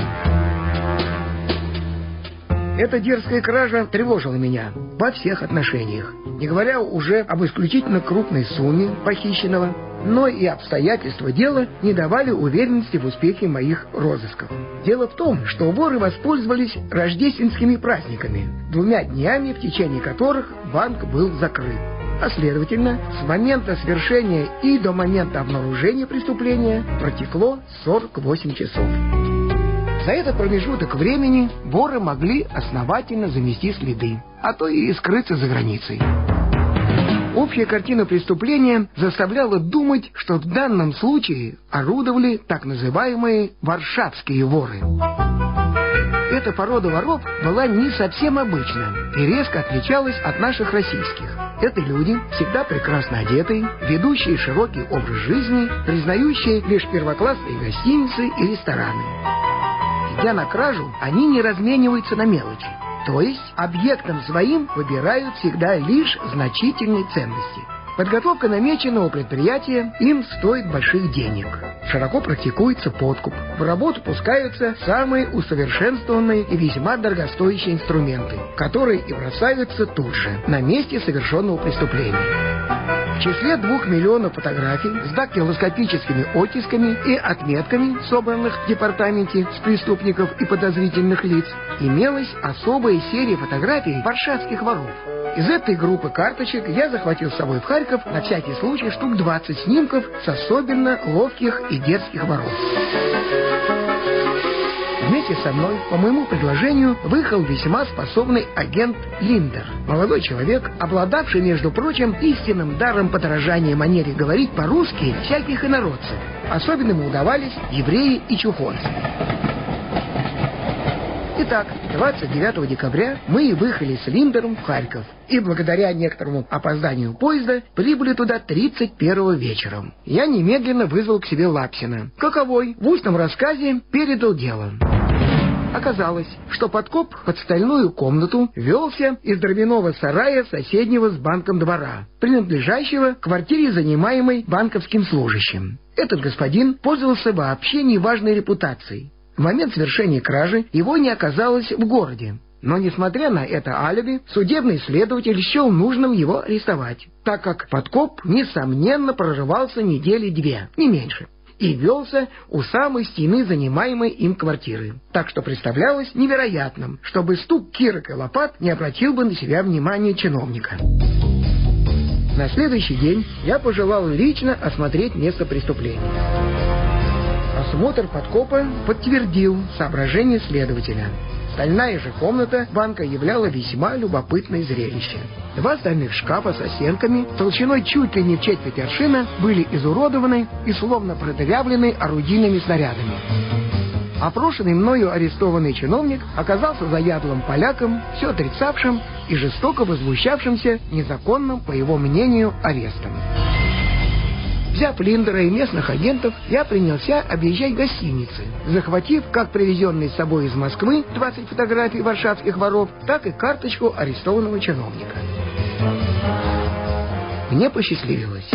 Эта дерзкая кража тревожила меня во всех отношениях, не говоря уже об исключительно крупной сумме похищенного, но и обстоятельства дела не давали уверенности в успехе моих розысков. Дело в том, что воры воспользовались рождественскими праздниками, 2 днями, в течение которых банк был закрыт. А следовательно, с момента совершения и до момента обнаружения преступления протекло 48 часов. За этот промежуток времени воры могли основательно замести следы, а то и скрыться за границей. Общая картина преступления заставляла думать, что в данном случае орудовали так называемые варшавские воры. Эта порода воров была не совсем обычна и резко отличалась от наших российских. Это люди, всегда прекрасно одетые, ведущие широкий образ жизни, признающие лишь первоклассные гостиницы и рестораны. Идя на кражу, они не размениваются на мелочи. То есть объектом своим выбирают всегда лишь значительные ценности. Подготовка намеченного предприятия им стоит больших денег. Широко практикуется подкуп. В работу пускаются самые усовершенствованные и весьма дорогостоящие инструменты, которые и бросаются тут же, на месте совершенного преступления. В числе 2 миллионов фотографий с дактилоскопическими оттисками и отметками, собранных в департаменте с преступников и подозрительных лиц, имелась особая серия фотографий варшавских воров. Из этой группы карточек я захватил с собой в Харьков на всякий случай штук 20 снимков с особенно ловких и дерзких воров. Вместе со мной, по моему предложению, выехал весьма способный агент Линдер. Молодой человек, обладавший, между прочим, истинным даром подражания манере говорить по-русски всяких инородцев. Особенно ему удавались евреи и чухонцы. Итак, 29 декабря мы выехали с Линдером в Харьков. И благодаря некоторому опозданию поезда прибыли туда 31 вечером. Я немедленно вызвал к себе Лапсина. Каковой в устном рассказе передал дело. Оказалось, что подкоп под стальную комнату велся из дровяного сарая соседнего с банком двора, принадлежащего квартире, занимаемой банковским служащим. Этот господин пользовался вообще неважной репутацией. В момент совершения кражи его не оказалось в городе. Но, несмотря на это алиби, судебный следователь счел нужным его арестовать, так как подкоп, несомненно, прорывался недели 2, не меньше, и велся у самой стены занимаемой им квартиры. Так что представлялось невероятным, чтобы стук кирок и лопат не обратил бы на себя внимание чиновника. На следующий день я пожелал лично осмотреть место преступления. Осмотр подкопа подтвердил соображения следователя. Стальная же комната банка являла весьма любопытное зрелище. 2 стальных шкафа со стенками толщиной чуть ли не в четверть аршина были изуродованы и словно продырявлены орудийными снарядами. Опрошенный мною арестованный чиновник оказался заядлым поляком, все отрицавшим и жестоко возмущавшимся незаконным, по его мнению, арестом. Взяв Линдера и местных агентов, я принялся объезжать гостиницы, захватив как привезенные с собой из Москвы 20 фотографий варшавских воров, так и карточку арестованного чиновника. Мне посчастливилось.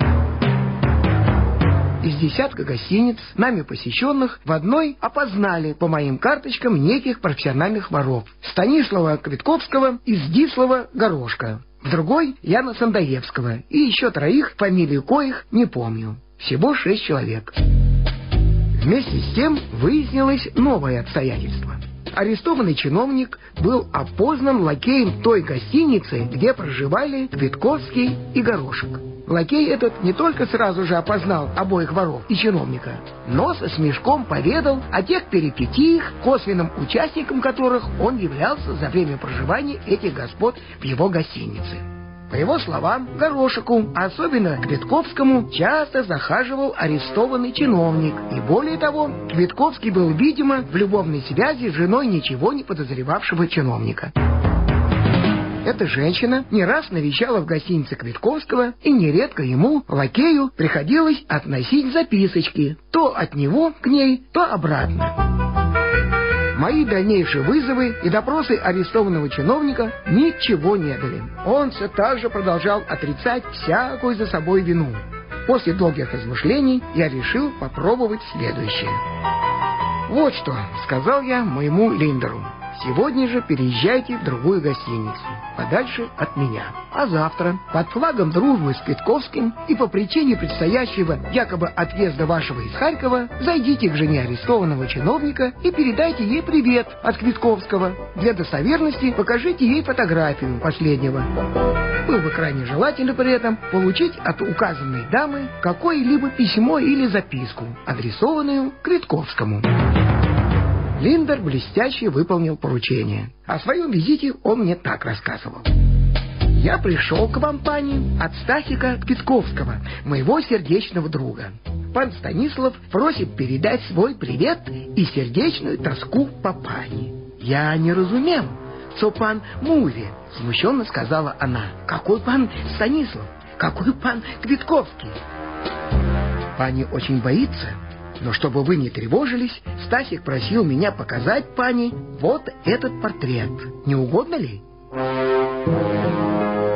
Из десятка гостиниц, нами посещенных, в одной опознали по моим карточкам неких профессиональных воров: Станислава Квитковского и Здислава Горошка. В другой — Яна Сандаевского, и еще 3, фамилии коих не помню. Всего 6 человек. Вместе с тем выяснилось новое обстоятельство. Арестованный чиновник был опознан лакеем той гостиницы, где проживали Квитковский и Горошек. Лакей этот не только сразу же опознал обоих воров и чиновника, но со смешком поведал о тех перипетиях, косвенным участником которых он являлся за время проживания этих господ в его гостинице. По его словам, Горошеку, а особенно Квитковскому, часто захаживал арестованный чиновник. И более того, Квитковский был, видимо, в любовной связи с женой ничего не подозревавшего чиновника. Эта женщина не раз навещала в гостинице Квитковского, и нередко ему, лакею, приходилось относить записочки, то от него к ней, то обратно. Мои дальнейшие вызовы и допросы арестованного чиновника ничего не дали. Он все так же продолжал отрицать всякую за собой вину. После долгих размышлений я решил попробовать следующее. «Вот что», — сказал я моему Линдеру, — «сегодня же переезжайте в другую гостиницу, подальше от меня. А завтра, под флагом дружбы с Квитковским и по причине предстоящего якобы отъезда вашего из Харькова, зайдите к жене арестованного чиновника и передайте ей привет от Квитковского. Для достоверности покажите ей фотографию последнего. Было бы крайне желательно при этом получить от указанной дамы какое-либо письмо или записку, адресованную Квитковскому». Линдер блестяще выполнил поручение. О своем визите он мне так рассказывал. «Я пришел к вам, пани, от Стасика Квитковского, моего сердечного друга. Пан Станислав просит передать свой привет и сердечную тоску по пани. Я не разумел, что пан муви», — смущенно сказала она. «Какой пан Станислав? Какой пан Квитковский?» «Пани очень боится. Но чтобы вы не тревожились, Стасик просил меня показать пани вот этот портрет. Не угодно ли?»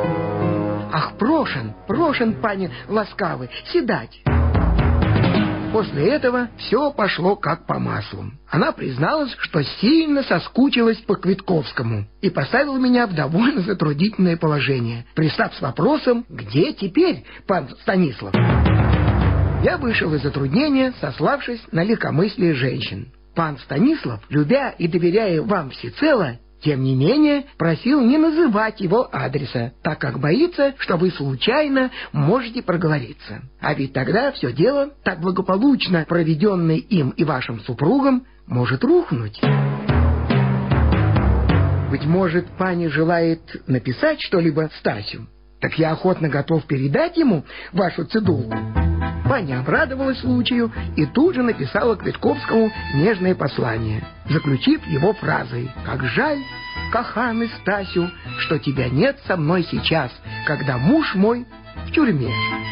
«Ах, прошен, пани ласкавы, седать!» После этого все пошло как по маслу. Она призналась, что сильно соскучилась по Квитковскому и поставила меня в довольно затруднительное положение, пристав с вопросом, где теперь пан Станислав. Я вышел из затруднения, сославшись на легкомыслие женщин. Пан Станислав, любя и доверяя вам всецело, тем не менее, просил не называть его адреса, так как боится, что вы случайно можете проговориться. А ведь тогда все дело, так благополучно проведенное им и вашим супругом, может рухнуть. Быть может, пани желает написать что-либо Стасю? Так я охотно готов передать ему вашу цедулку. Паня обрадовалась случаю и тут же написала Квитковскому нежное послание, заключив его фразой: «Как жаль, коханый Стасю, что тебя нет со мной сейчас, когда муж мой в тюрьме».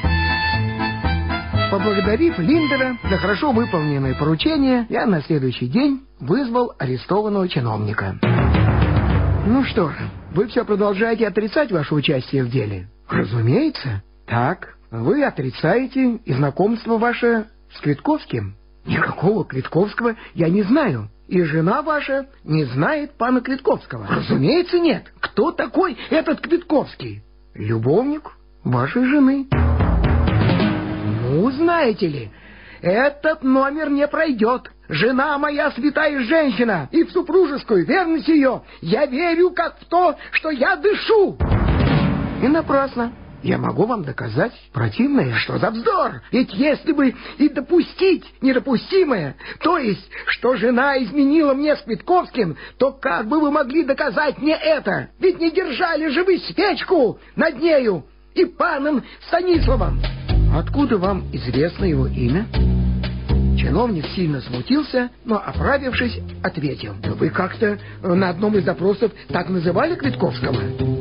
Поблагодарив Линдера за хорошо выполненное поручение, я на следующий день вызвал арестованного чиновника. «Ну что же, вы все продолжаете отрицать ваше участие в деле?» «Разумеется. Так, вы отрицаете и знакомство ваше с Квитковским?» «Никакого Квитковского я не знаю. И жена ваша не знает пана Квитковского?» «Разумеется, нет. Кто такой этот Квитковский?» «Любовник вашей жены». «Ну, знаете ли, этот номер не пройдет. Жена моя святая женщина, и в супружескую верность ее я верю, как в то, что я дышу». «И напрасно. Я могу вам доказать противное». «Что за вздор? Ведь если бы и допустить недопустимое, то есть, что жена изменила мне с Квитковским, то как бы вы могли доказать мне это? Ведь не держали же вы свечку над нею и паном Станиславом». «Откуда вам известно его имя?» Чиновник сильно смутился, но, оправившись, ответил: «Да вы как-то на одном из допросов так называли Квитковского?»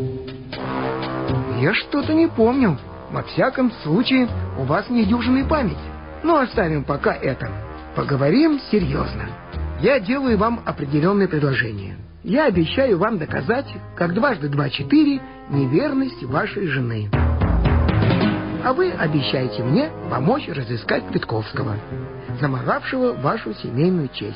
«Я что-то не помню. Во всяком случае, у вас недюжинная память. Но оставим пока это. Поговорим серьезно. Я делаю вам определенное предложение. Я обещаю вам доказать, как 2 × 2 = 4, неверность вашей жены. А вы обещаете мне помочь разыскать Квитковского, заморавшего вашу семейную честь».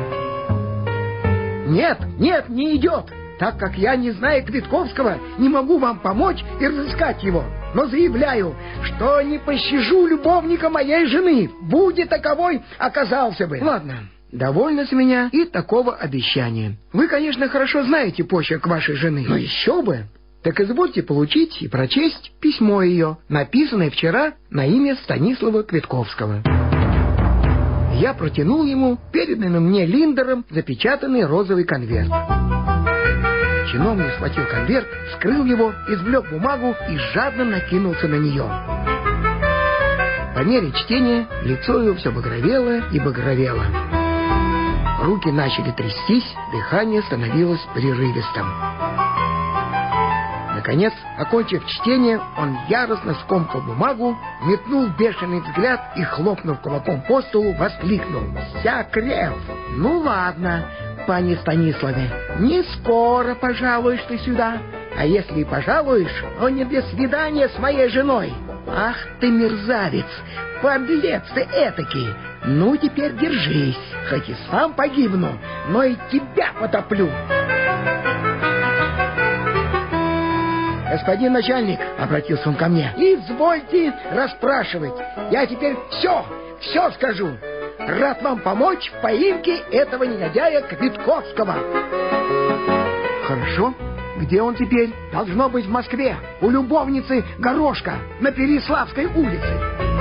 «Нет, нет, не идет! Так как я, не зная Квитковского, не могу вам помочь и разыскать его. Но заявляю, что не пощажу любовника моей жены, будь таковой оказался бы». «Ладно, довольно с меня и такого обещания. Вы, конечно, хорошо знаете почерк вашей жены, но еще бы. Так извольте получить и прочесть письмо ее, написанное вчера на имя Станислава Квитковского». Я протянул ему переданный мне Линдером запечатанный розовый конверт. Чиновник схватил конверт, вскрыл его, извлек бумагу и жадно накинулся на нее. По мере чтения лицо его все багровело и багровело. Руки начали трястись, дыхание становилось прерывистым. Наконец, окончив чтение, он яростно скомкал бумагу, метнул бешеный взгляд и, хлопнув кулаком по столу, воскликнул: «Сякрев! Ну ладно, пане Станиславе, не скоро пожалуешь ты сюда. А если и пожалуешь, то не для свидания с моей женой. Ах ты мерзавец, подлец ты этакий! Ну теперь держись, хоть и сам погибну, но и тебя потоплю». «Господин начальник», — обратился он ко мне, — «извольте расспрашивать. Я теперь все скажу. Рад вам помочь в поимке этого негодяя Квитковского». «Хорошо. Где он теперь?» «Должно быть в Москве, у любовницы Горошка, на Переяславской улице».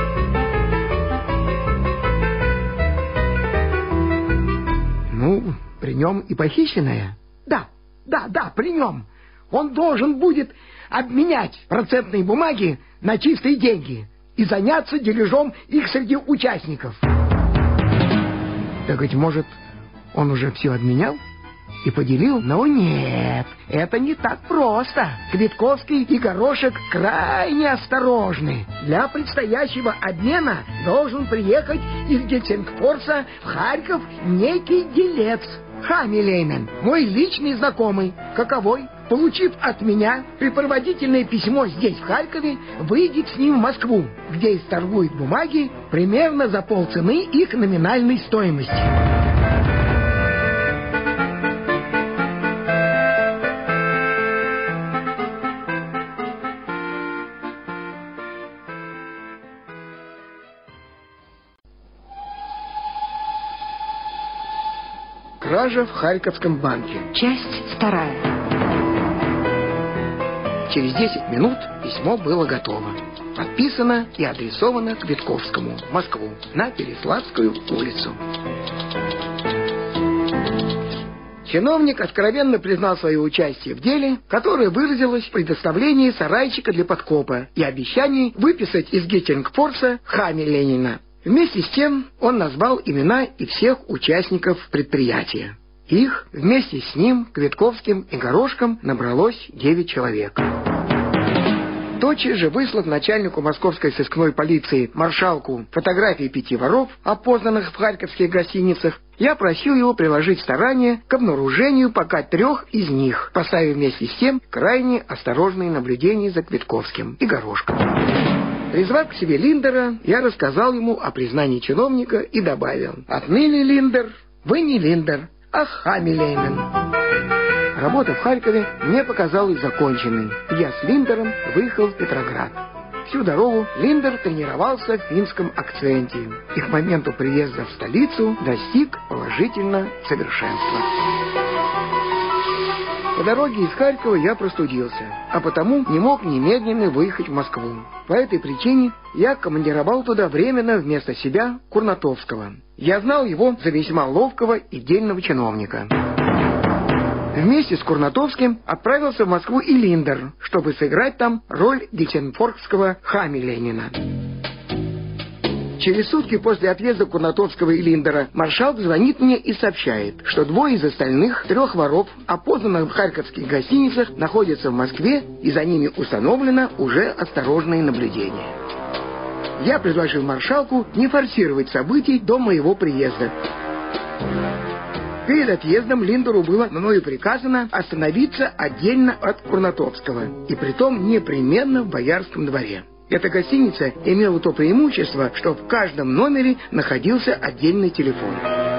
«Ну, при нем и похищенная?» Да, при нем. Он должен будет обменять процентные бумаги на чистые деньги и заняться дележом их среди участников». «Так ведь, может, он уже все обменял и поделил?» «Но нет, это не так просто. Квитковский и Горошек крайне осторожны. Для предстоящего обмена должен приехать из Гельсингфорса в Харьков некий делец Хамилеймен, мой личный знакомый. Каковой? получив от меня припроводительное письмо здесь, в Харькове, выйдет с ним в Москву, где исторгует бумаги примерно за полцены их номинальной стоимости. Кража в Харьковском банке. Часть 2. Через 10 минут письмо было готово. Подписано и адресовано Квитковскому, в Москву, на Переславскую улицу. Чиновник откровенно признал свое участие в деле, которое выразилось в предоставлении сарайчика для подкопа и обещании выписать из Геттингфорса Хамеленина. Вместе с тем он назвал имена и всех участников предприятия. Их вместе с ним, Квитковским и Горошком набралось 9 человек. Тотчас же, выслав начальнику московской сыскной полиции маршалку фотографии 5 воров, опознанных в харьковских гостиницах, я просил его приложить старания к обнаружению пока 3 из них, поставив вместе с тем крайне осторожные наблюдения за Квитковским и Горошком. Призвав к себе Линдера, я рассказал ему о признании чиновника и добавил: «Отныне, Линдер, вы не Линдер, а Хамеленин». Работа в Харькове мне показалась законченной. Я с Линдером выехал в Петроград. Всю дорогу Линдер тренировался в финском акценте и к моменту приезда в столицу достиг положительно совершенства. По дороге из Харькова я простудился, а потому не мог немедленно выехать в Москву. По этой причине я командировал туда временно вместо себя Курнатовского. Я знал его за весьма ловкого и дельного чиновника. Вместе с Курнатовским отправился в Москву и Линдер, чтобы сыграть там роль геттингфорского Хамеленина. Через сутки после отъезда Курнатовского и Линдера маршалк звонит мне и сообщает, что 2 из остальных 3 воров, опознанных в харьковских гостиницах, находятся в Москве, и за ними установлено уже осторожное наблюдение. Я предложил маршалку не форсировать событий до моего приезда. Перед отъездом Линдеру было мною приказано остановиться отдельно от Курнатовского, и притом непременно в Боярском дворе. Эта гостиница имела то преимущество, что в каждом номере находился отдельный телефон.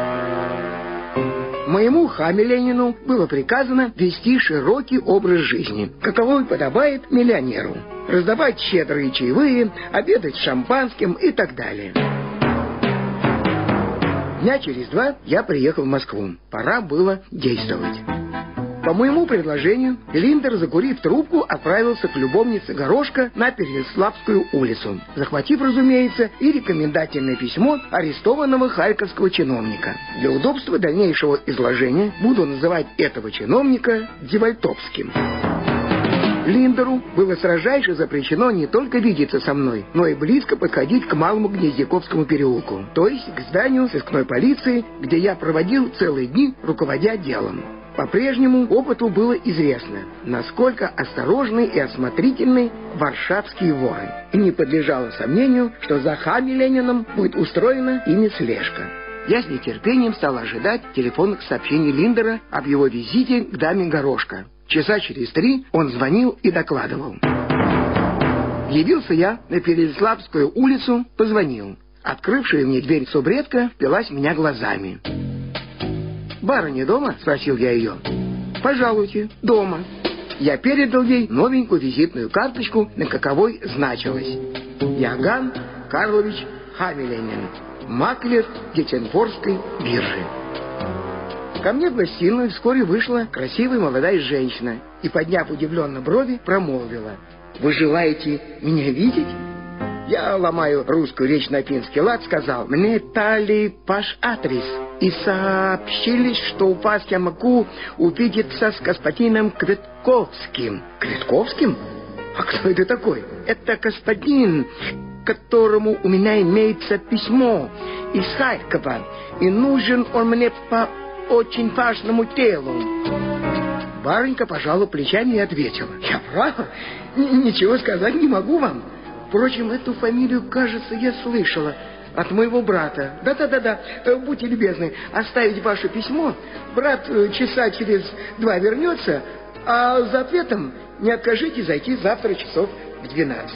Моему Хамеленину было приказано вести широкий образ жизни, каковой подобает миллионеру, раздавать щедрые чаевые, обедать с шампанским и так далее. Дня через 2 я приехал в Москву. Пора было действовать. По моему предложению, Линдер, закурив трубку, отправился к любовнице Горошка на Переславскую улицу, захватив, разумеется, и рекомендательное письмо арестованного харьковского чиновника. Для удобства дальнейшего изложения буду называть этого чиновника Девальтовским. Линдеру было строжайше запрещено не только видеться со мной, но и близко подходить к Малому Гнездяковскому переулку, то есть к зданию сыскной полиции, где я проводил целые дни, руководя делом. По-прежнему опыту было известно, насколько осторожны и осмотрительны варшавские воры, и не подлежало сомнению, что за Хамелениным будет устроена ими слежка. Я с нетерпением стал ожидать телефонных сообщений Линдера об его визите к даме Горошка. Часа через 3 он звонил и докладывал. Явился я на Переславскую улицу, позвонил. Открывшая мне дверь субредка впилась в меня глазами. «Барыня дома?» — спросил я ее. «Пожалуйте, дома». Я передал ей новенькую визитную карточку, на каковой значилось: Иоганн Карлович Хамеленин, маклер Геттингфорской биржи. Ко мне в гостиную вскоре вышла красивая молодая женщина и, подняв удивленно брови, промолвила: «Вы желаете меня видеть?» Я, ломаю русскую речь на финский лад, сказал: «Мне дали ваш адрес и сообщили, что у вас я могу увидеться с господином Квитковским». «Квитковским? А кто это такой?» «Это господин, которому у меня имеется письмо из Харькова, и нужен он мне по очень важному делу». Барынька пожала плечами и ответила: «Я право, ничего сказать не могу вам. Впрочем, эту фамилию, кажется, я слышала от моего брата. Да-да-да, будьте любезны оставить ваше письмо. Брат часа через 2 вернется, А за ответом не откажите зайти завтра часов в 12.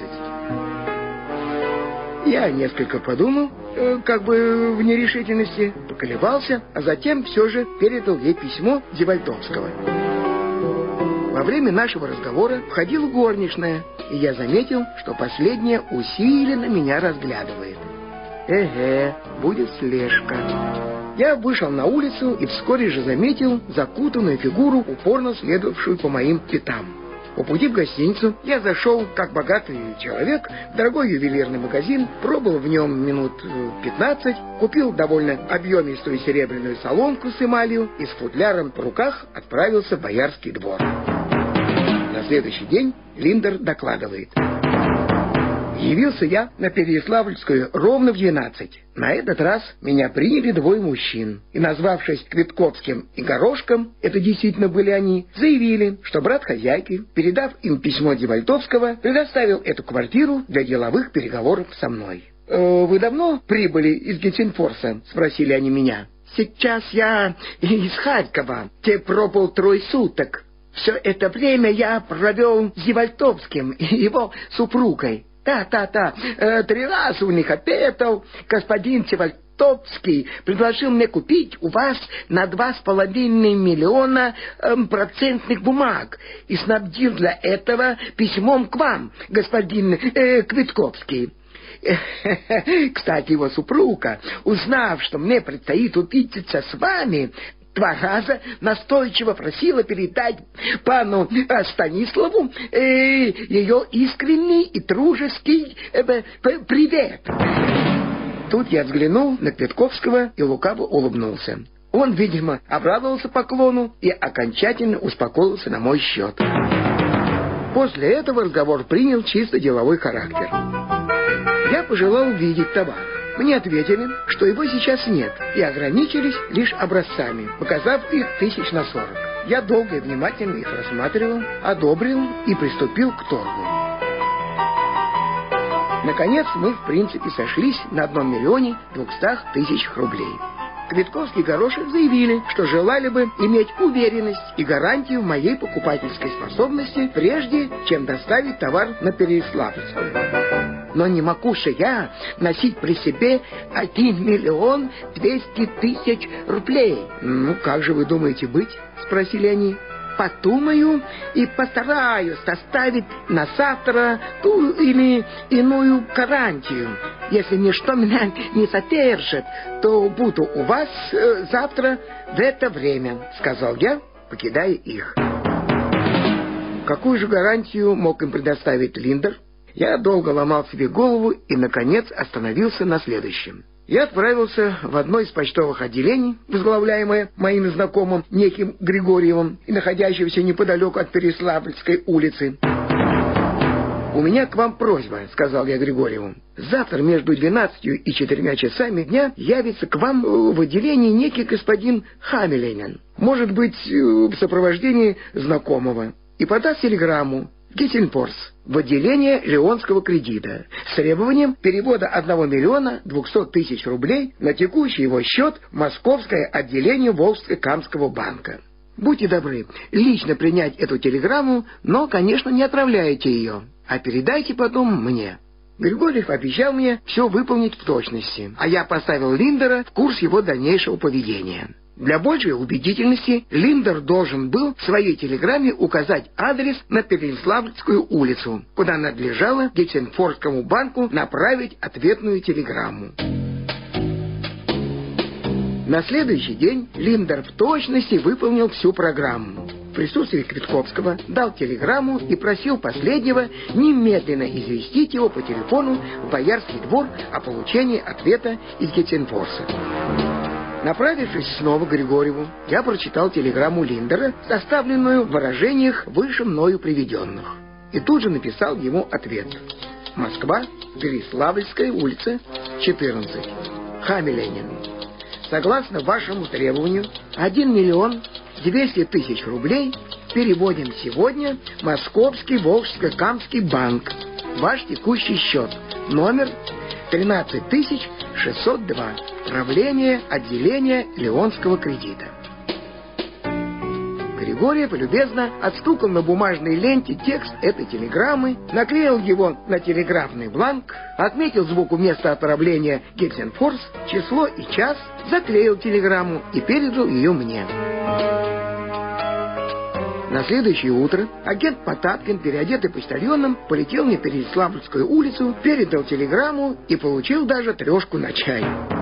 Я несколько подумал, как бы в нерешительности, поколебался, а затем все же передал ей письмо Девальтовского. Во время нашего разговора входила горничная, и я заметил, что последняя усиленно меня разглядывает. Будет слежка. Я вышел на улицу и вскоре же заметил закутанную фигуру, упорно следовавшую по моим пятам. По пути в гостиницу я зашел, как богатый человек, в дорогой ювелирный магазин, пробыл в нем минут 15, купил довольно объемистую серебряную солонку с эмалью и с футляром в руках отправился в Боярский двор. На следующий день Линдер докладывает. Явился я на Переяславльскую ровно в 12. На этот раз меня приняли двое мужчин, и, назвавшись Квитковским и Горошком, это действительно были они, заявили, что брат хозяйки, передав им письмо Девальтовского, предоставил эту квартиру для деловых переговоров со мной. «Вы давно прибыли из Гельсингфорса?» — спросили они меня. «Сейчас я из Харькова, где пробыл 3 суток. Все это время я провел с Девальтовским и его супругой. 3 раза у них обедал. Господин Девальтовский предложил мне купить у вас на 2,5 миллиона процентных бумаг и снабдил для этого письмом к вам, господин Квитковский. Кстати, его супруга, узнав, что мне предстоит увидеться с вами, 2 раза настойчиво просила передать пану Станиславу ее искренний и дружеский привет». Тут я взглянул на Квитковского и лукаво улыбнулся. Он, видимо, обрадовался поклону и окончательно успокоился на мой счет. После этого разговор принял чисто деловой характер. Я пожелал видеть товар. Мне ответили, что его сейчас нет, и ограничились лишь образцами, показав их 40 на 40. Я долго и внимательно их рассматривал, одобрил и приступил к торгу. Наконец мы, в принципе, сошлись на 1 200 000 рублей. Квитковский и Горошек заявили, что желали бы иметь уверенность и гарантию моей покупательской способности, прежде чем доставить товар на Переяславльскую. Но не могу же я носить при себе 1 200 000 рублей. Как же вы думаете быть? Спросили они. Подумаю и постараюсь составить на завтра ту или иную гарантию. Если ничто меня не задержит, то буду у вас завтра в это время, сказал я, покидая их. Какую же гарантию мог им предоставить Линдер? Я долго ломал себе голову и, наконец, остановился на следующем. Я отправился в одно из почтовых отделений, возглавляемое моим знакомым неким Григорьевым и находящимся неподалеку от Переяславльской улицы. «У меня к вам просьба», — сказал я Григорьеву. «Завтра между 12 и 4 часами дня явится к вам в отделении некий господин Хамеленен, может быть, в сопровождении знакомого, и подаст телеграмму в Гельсингфорс, в отделение Леонского кредита с требованием перевода 1 200 000 рублей на текущий его счет в московское отделение Волжско-Камского банка. Будьте добры лично принять эту телеграмму, но, конечно, не отправляйте ее, а передайте потом мне». Григорьев обещал мне все выполнить в точности, а я поставил Линдера в курс его дальнейшего поведения. Для большей убедительности Линдер должен был в своей телеграмме указать адрес на Переяславльскую улицу, куда надлежало Гельсингфорскому банку направить ответную телеграмму. На следующий день Линдер в точности выполнил всю программу. В присутствии Квитковского дал телеграмму и просил последнего немедленно известить его по телефону в Боярский двор о получении ответа из Гельсингфорса. Направившись снова к Григорьеву, я прочитал телеграмму Линдера, составленную в выражениях выше мною приведенных, и тут же написал ему ответ. Москва, Переяславльская улица, 14. Хамеленен. Согласно вашему требованию, 1 200 000 рублей переводим сегодня в Московский Волжско-Камский банк. Ваш текущий счет. Номер 13602. Правление отделения Леонского кредита. Григорий полюбезно отстукал на бумажной ленте текст этой телеграммы, наклеил его на телеграфный бланк, отметил звуку места отправления Гельсингфорс, число и час, заклеил телеграмму и передал ее мне. На следующее утро агент Потаткин, переодетый почтальоном, полетел на Переяславльскую улицу, передал телеграмму и получил даже 3 на чай.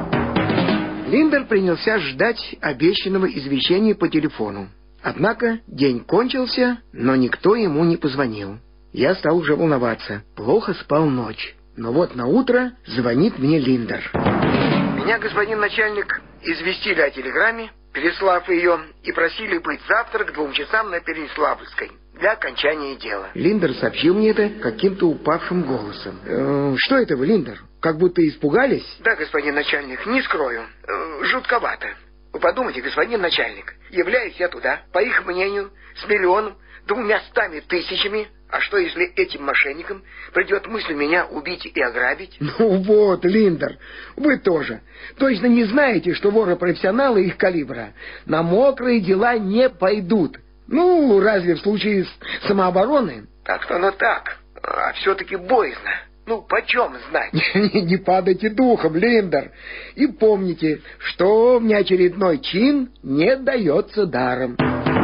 Линдер принялся ждать обещанного извещения по телефону. Однако день кончился, но никто ему не позвонил. Я стал уже волноваться. Плохо спал ночь. Но вот на утро звонит мне Линдер. Меня, господин начальник, известили о телеграмме, переслав ее, и просили быть завтра к 2 часам на Переяславльской для окончания дела. Линдер сообщил мне это каким-то упавшим голосом. Что это вы, Линдер? Как будто испугались? Да, господин начальник, не скрою. Жутковато. Вы подумайте, господин начальник, являюсь я туда, по их мнению, с 1 200 000, а что, если этим мошенникам придет мысль меня убить и ограбить? Ну вот, Линдер, вы тоже. Точно не знаете, что воры-профессионалы их калибра на мокрые дела не пойдут. Ну, разве в случае самообороны? Так-то оно так, а все-таки боязно. Ну, почем знать? Не падайте духом, Линдер. И помните, что внеочередной чин не дается даром.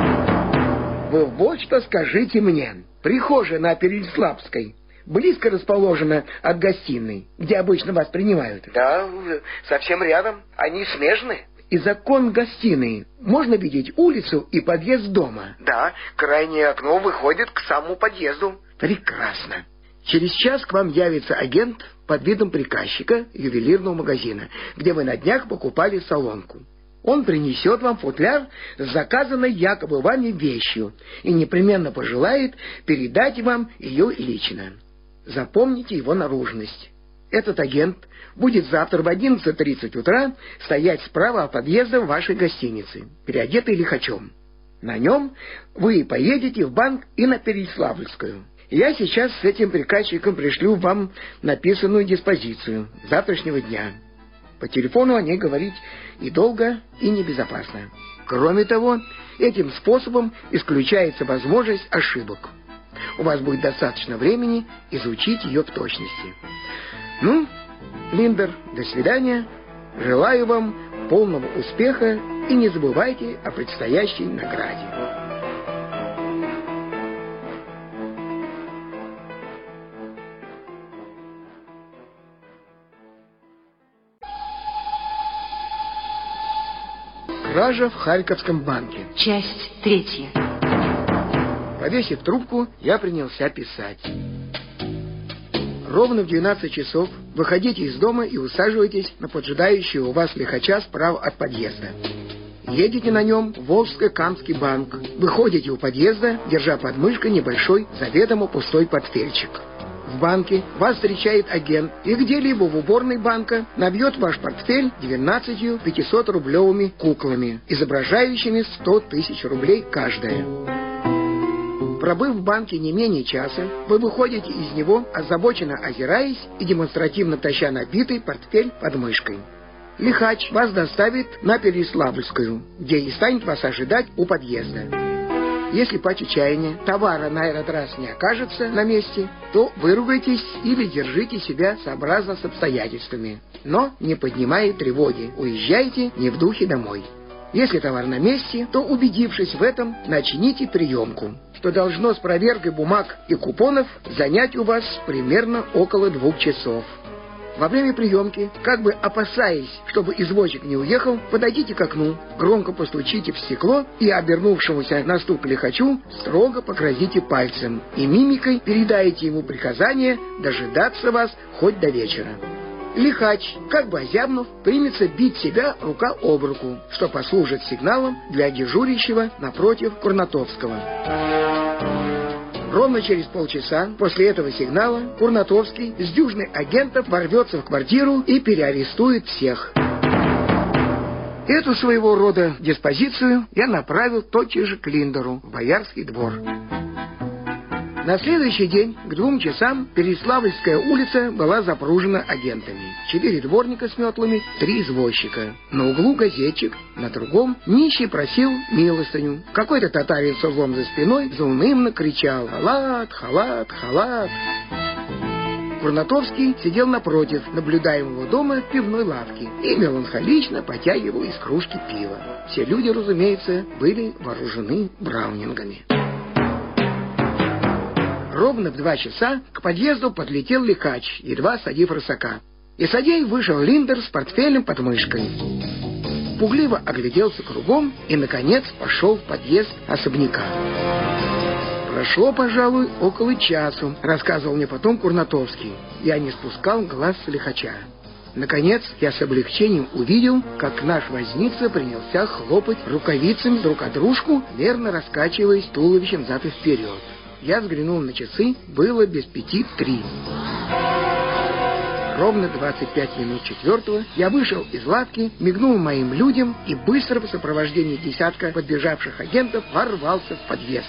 Вы вот что скажите мне. Прихожая на Переяславской близко расположена от гостиной, где обычно вас принимают? Да, совсем рядом. Они смежны. Из окон гостиной можно видеть улицу и подъезд дома? Да, крайнее окно выходит к самому подъезду. Прекрасно. Через час к вам явится агент под видом приказчика ювелирного магазина, где вы на днях покупали солонку. Он принесет вам футляр с заказанной якобы вами вещью и непременно пожелает передать вам ее лично. Запомните его наружность. Этот агент будет завтра в 11:30 утра стоять справа от подъезда вашей гостиницы, переодетый лихачом. На нем вы поедете в банк и на Переяславльскую. Я сейчас с этим приказчиком пришлю вам написанную диспозицию завтрашнего дня. По телефону о ней говорить и долго, и небезопасно. Кроме того, этим способом исключается возможность ошибок. У вас будет достаточно времени изучить ее в точности. Ну, Линдер, до свидания. Желаю вам полного успеха и не забывайте о предстоящей награде. Кража в Харьковском банке. Часть 3. Повесив трубку, я принялся писать. Ровно в 12 часов выходите из дома и усаживайтесь на поджидающего у вас лихача справа от подъезда. Едете на нем в Волжско-Камский банк. Выходите у подъезда, держа под мышкой небольшой, заведомо пустой портфельчик. В банке вас встречает агент и где-либо в уборной банка набьет ваш портфель 12 500-рублевыми куклами, изображающими 100 000 рублей каждая. Пробыв в банке не менее часа, вы выходите из него, озабоченно озираясь и демонстративно таща набитый портфель под мышкой. Лихач вас доставит на Переяславльскую, где и станет вас ожидать у подъезда. Если по чаяния товара на этот раз не окажется на месте, то выругайтесь или держите себя сообразно с обстоятельствами. Но не поднимая тревоги, уезжайте не в духе домой. Если товар на месте, то, убедившись в этом, начните приемку, что должно с проверкой бумаг и купонов занять у вас примерно около 2 часов. Во время приемки, как бы опасаясь, чтобы извозчик не уехал, подойдите к окну, громко постучите в стекло и обернувшемуся на стук лихачу строго погрозите пальцем и мимикой передайте ему приказание дожидаться вас хоть до вечера. Лихач, как бы озябнув, примется бить себя рука об руку, что послужит сигналом для дежурящего напротив Курнатовского. Ровно через полчаса после этого сигнала Курнатовский с дюжиной агентов ворвется в квартиру и переарестует всех. Эту своего рода диспозицию я направил тотчас же к Линдеру в Боярский двор. На следующий день к 2 часам Переславльская улица была запружена агентами. 4 дворника с метлами, 3 извозчика. На углу газетчик, на другом нищий просил милостыню. Какой-то татарин с узлом за спиной заунывно кричал: «Халат, халат, халат!». Курнатовский сидел напротив наблюдаемого дома пивной лавки и меланхолично потягивал из кружки пива. Все люди, разумеется, были вооружены браунингами. Ровно в 2 часа к подъезду подлетел лихач, едва садив рысака. Из садей вышел Линдер с портфелем под мышкой. Пугливо огляделся кругом и, наконец, пошел в подъезд особняка. Прошло, пожалуй, около часу, рассказывал мне потом Курнатовский. Я не спускал глаз с лихача. Наконец, я с облегчением увидел, как наш возница принялся хлопать рукавицами друг о дружку, мерно раскачиваясь туловищем взад и вперед. Я взглянул на часы, было без 5:03. Ровно 25 минут 4 я вышел из лавки, мигнул моим людям и быстро в сопровождении десятка подбежавших агентов ворвался в подъезд.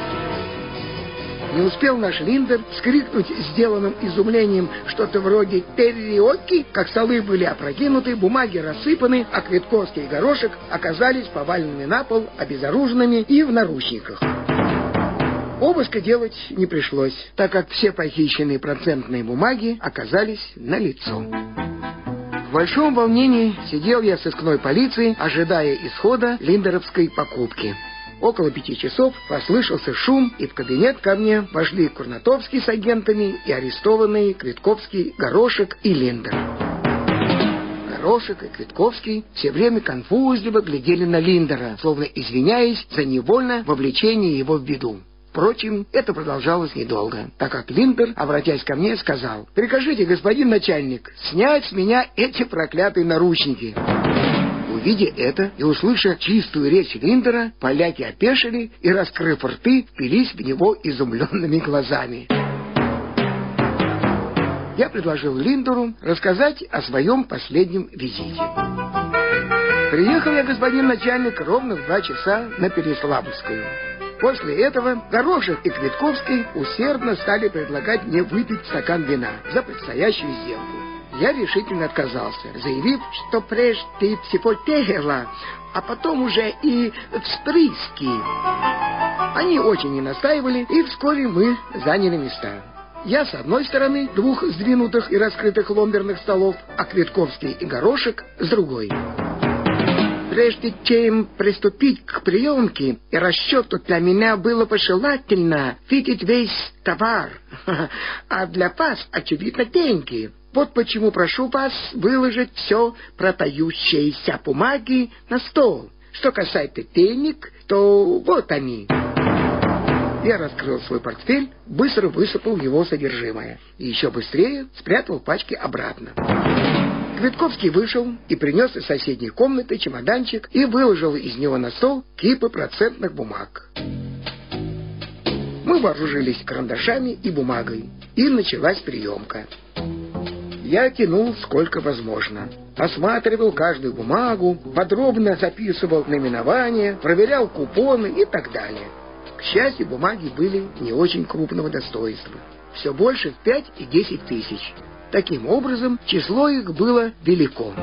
Не успел наш Линдер вскрикнуть сделанным изумлением что-то вроде «Терриоки», как столы были опрокинуты, бумаги рассыпаны, а Квитковский и Горошек оказались поваленными на пол, обезоруженными и в наручниках. Обыска делать не пришлось, так как все похищенные процентные бумаги оказались налицо. В большом волнении сидел я в сыскной полиции, ожидая исхода линдеровской покупки. Около 5 часов послышался шум, и в кабинет ко мне вошли Курнатовский с агентами и арестованные Квитковский, Горошек и Линдер. Горошек и Квитковский все время конфузливо глядели на Линдера, словно извиняясь за невольное вовлечение его в беду. Впрочем, это продолжалось недолго, так как Линдер, обратясь ко мне, сказал: «Прикажите, господин начальник, снять с меня эти проклятые наручники». Увидя это и услыша чистую речь Линдера, поляки опешили и, раскрыв рты, впились в него изумленными глазами. Я предложил Линдеру рассказать о своем последнем визите. Приехал я, господин начальник, ровно в 2 часа на Переславльскую. После этого Горошек и Квитковский усердно стали предлагать мне выпить стакан вина за предстоящую сделку. Я решительно отказался, заявив, что прежде всего пела, а потом уже и вспрыски. Они очень не настаивали, и вскоре мы заняли места. Я с одной стороны 2 сдвинутых и раскрытых ломберных столов, а Квитковский и Горошек с другой. Прежде чем приступить к приемке и расчету, для меня было бы желательно видеть весь товар, а для вас, очевидно, деньги. Вот почему прошу вас выложить все продающиеся бумаги на стол. Что касается денег, то вот они. Я раскрыл свой портфель, быстро высыпал его содержимое и еще быстрее спрятал пачки обратно. Квитковский вышел и принес из соседней комнаты чемоданчик и выложил из него на стол кипы процентных бумаг. Мы вооружились карандашами и бумагой, и началась приемка. Я тянул сколько возможно. Осматривал каждую бумагу, подробно записывал наименования, проверял купоны и так далее. К счастью, бумаги были не очень крупного достоинства. Все больше в 5 и 10 тысяч. Таким образом, число их было велико.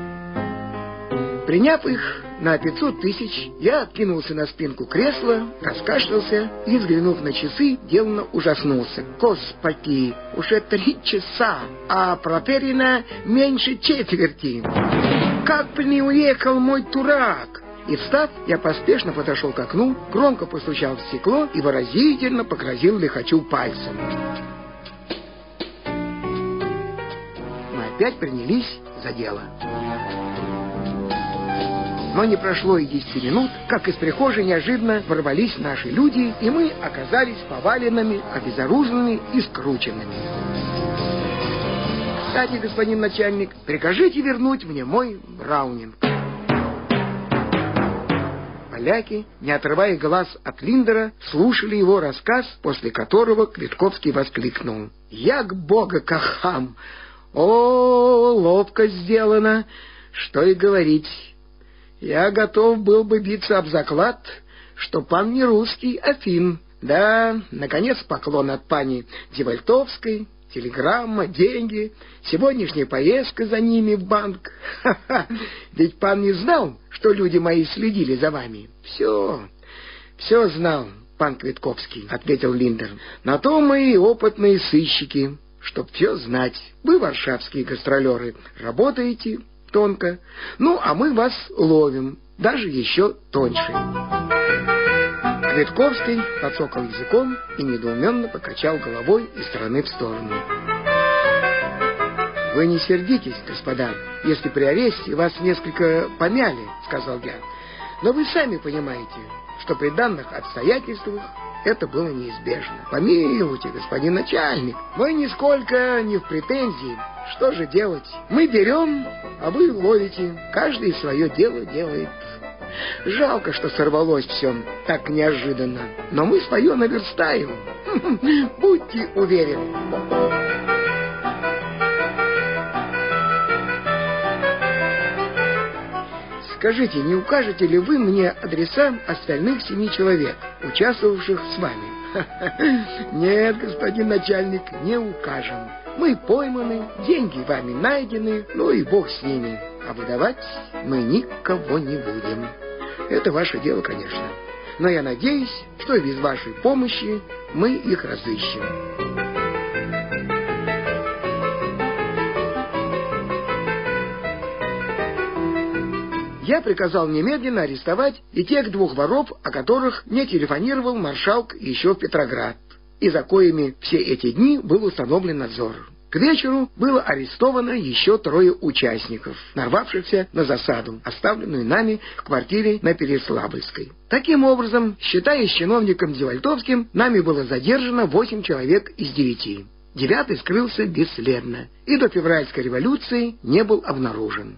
Приняв их на 500 тысяч, я откинулся на спинку кресла, раскашлялся и, взглянув на часы, деланно ужаснулся. Господи, уже 3 часа, а проверено меньше четверти. Как бы не уехал мой дурак! И встав, я поспешно подошел к окну, громко постучал в стекло и выразительно погрозил лихачу пальцем. Опять принялись за дело. Но не прошло и 10 минут, как из прихожей неожиданно ворвались наши люди, и мы оказались поваленными, обезоруженными и скрученными. Кстати, господин начальник, прикажите вернуть мне мой браунинг. Поляки, не отрывая глаз от Линдера, слушали его рассказ, после которого Квитковский воскликнул: «Як Бога кахам! О, ловко сделано, что и говорить. Я готов был бы биться об заклад, что пан не русский, а фин, Да, наконец поклон от пани Девальтовской, телеграмма, деньги, сегодняшняя поездка за ними в банк. Ха-ха, ведь пан не знал, что люди мои следили за вами. Все знал, пан Квитковский, — ответил Линдер. На то мы и опытные сыщики, чтоб все знать. Вы, варшавские гастролеры, работаете тонко, ну, а мы вас ловим, даже еще тоньше. Квитковский подсокал языком и недоуменно покачал головой из стороны в сторону. — Вы не сердитесь, господа, если при аресте вас несколько помяли, — сказал я. — Но вы сами понимаете, что при данных обстоятельствах это было неизбежно. Помилуйте, господин начальник, мы нисколько не в претензии. Что же делать? Мы берем, а вы ловите. Каждый свое дело делает. Жалко, что сорвалось все так неожиданно, но мы свое наверстаем. Будьте уверены. Скажите, не укажете ли вы мне адреса остальных 7 человек, участвовавших с вами? Нет, господин начальник, не укажем. Мы пойманы, деньги вами найдены, ну и бог с ними. А выдавать мы никого не будем. Это ваше дело, конечно. Но я надеюсь, что без вашей помощи мы их разыщем. Я приказал немедленно арестовать и тех 2 воров, о которых мне телефонировал маршалк еще в Петроград, и за коими все эти дни был установлен надзор. К вечеру было арестовано еще 3 участников, нарвавшихся на засаду, оставленную нами в квартире на Переславльской. Таким образом, считаясь чиновником Девальтовским, нами было задержано 8 человек из 9. 9-й скрылся бесследно и до февральской революции не был обнаружен.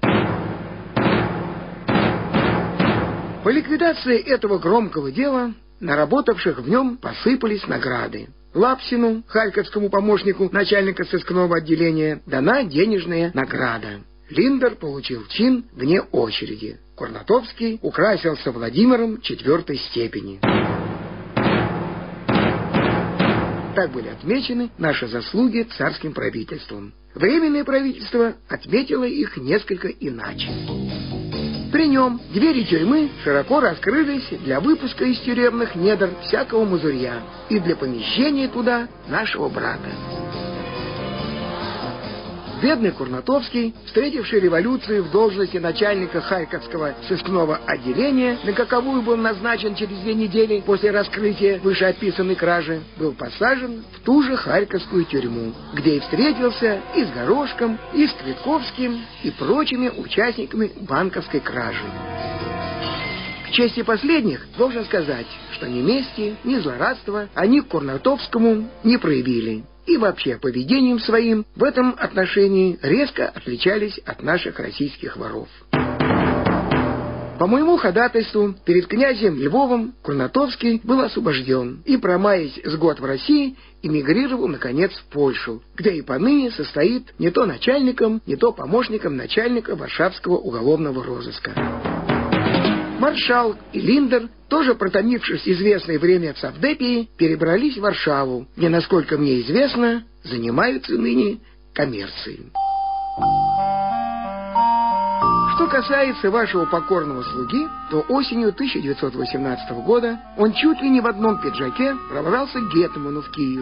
По ликвидации этого громкого дела на работавших в нем посыпались награды. Лапсину, харьковскому помощнику начальника сыскного отделения, дана денежная награда. Линдер получил чин вне очереди. Курнатовский украсился Владимиром 4-й степени. Так были отмечены наши заслуги царским правительством. Временное правительство отметило их несколько иначе. При нем двери тюрьмы широко раскрылись для выпуска из тюремных недр всякого мазурья и для помещения туда нашего брата. Бедный Курнатовский, встретивший революцию в должности начальника Харьковского сыскного отделения, на каковую был назначен через 2 недели после раскрытия вышеописанной кражи, был посажен в ту же Харьковскую тюрьму, где и встретился и с Горошком, и с Квитковским, и прочими участниками банковской кражи. К чести последних должен сказать, что ни мести, ни злорадства они к Курнатовскому не проявили. И вообще поведением своим в этом отношении резко отличались от наших российских воров. По моему ходатайству перед князем Львовым Курнатовский был освобожден и, промаясь с год в России, эмигрировал, наконец, в Польшу, где и поныне состоит не то начальником, не то помощником начальника Варшавского уголовного розыска. Маршал и Линдер, тоже протомившись известное время в Савдепии, перебрались в Варшаву, где, насколько мне известно, занимаются ныне коммерцией. Что касается вашего покорного слуги, то осенью 1918 года он чуть ли не в одном пиджаке пробрался к гетману в Киев.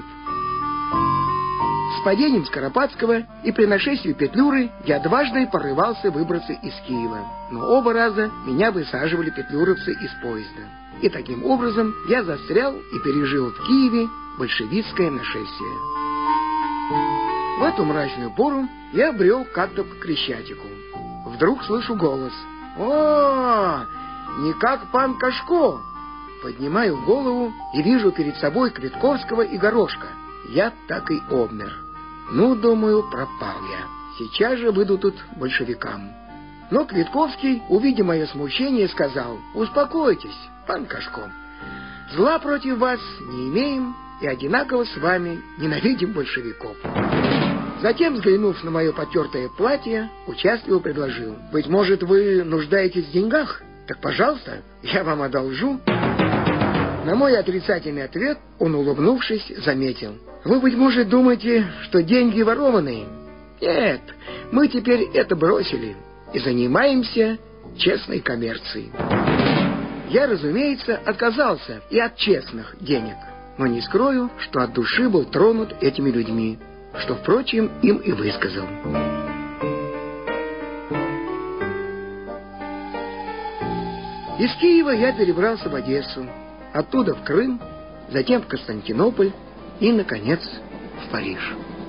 С падением Скоропадского и при нашествии Петлюры я дважды порывался выбраться из Киева, но оба раза меня высаживали петлюровцы из поезда. И таким образом я застрял и пережил в Киеве большевистское нашествие. В эту мрачную пору я брел как-то к Крещатику. Вдруг слышу голос: «О, не как пан Кашко!» Поднимаю голову и вижу перед собой Квитковского и Горошка. Я так и обмер. Ну, думаю, пропал я. Сейчас же выйду тут большевикам. Но Квитковский, увидя мое смущение, сказал: «Успокойтесь, пан Кашко. Зла против вас не имеем и одинаково с вами ненавидим большевиков». Затем, взглянув на мое потертое платье, участливо предложил: «Быть может, вы нуждаетесь в деньгах? Так, пожалуйста, я вам одолжу». На мой отрицательный ответ он, улыбнувшись, заметил: «Вы, быть может, думаете, что деньги ворованные? Нет, мы теперь это бросили и занимаемся честной коммерцией». Я, разумеется, отказался и от честных денег, но не скрою, что от души был тронут этими людьми, что, впрочем, им и высказал. Из Киева я перебрался в Одессу, оттуда в Крым, затем в Константинополь и, наконец, в Париж.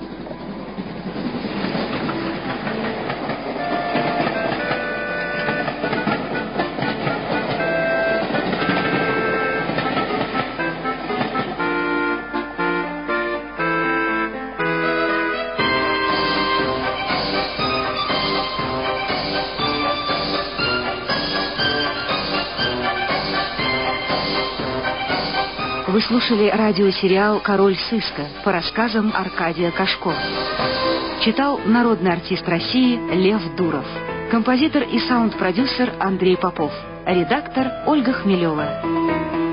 Вы слушали радиосериал «Король сыска» по рассказам Аркадия Кашко. Читал народный артист России Лев Дуров. Композитор и саунд-продюсер Андрей Попов. Редактор Ольга Хмелева.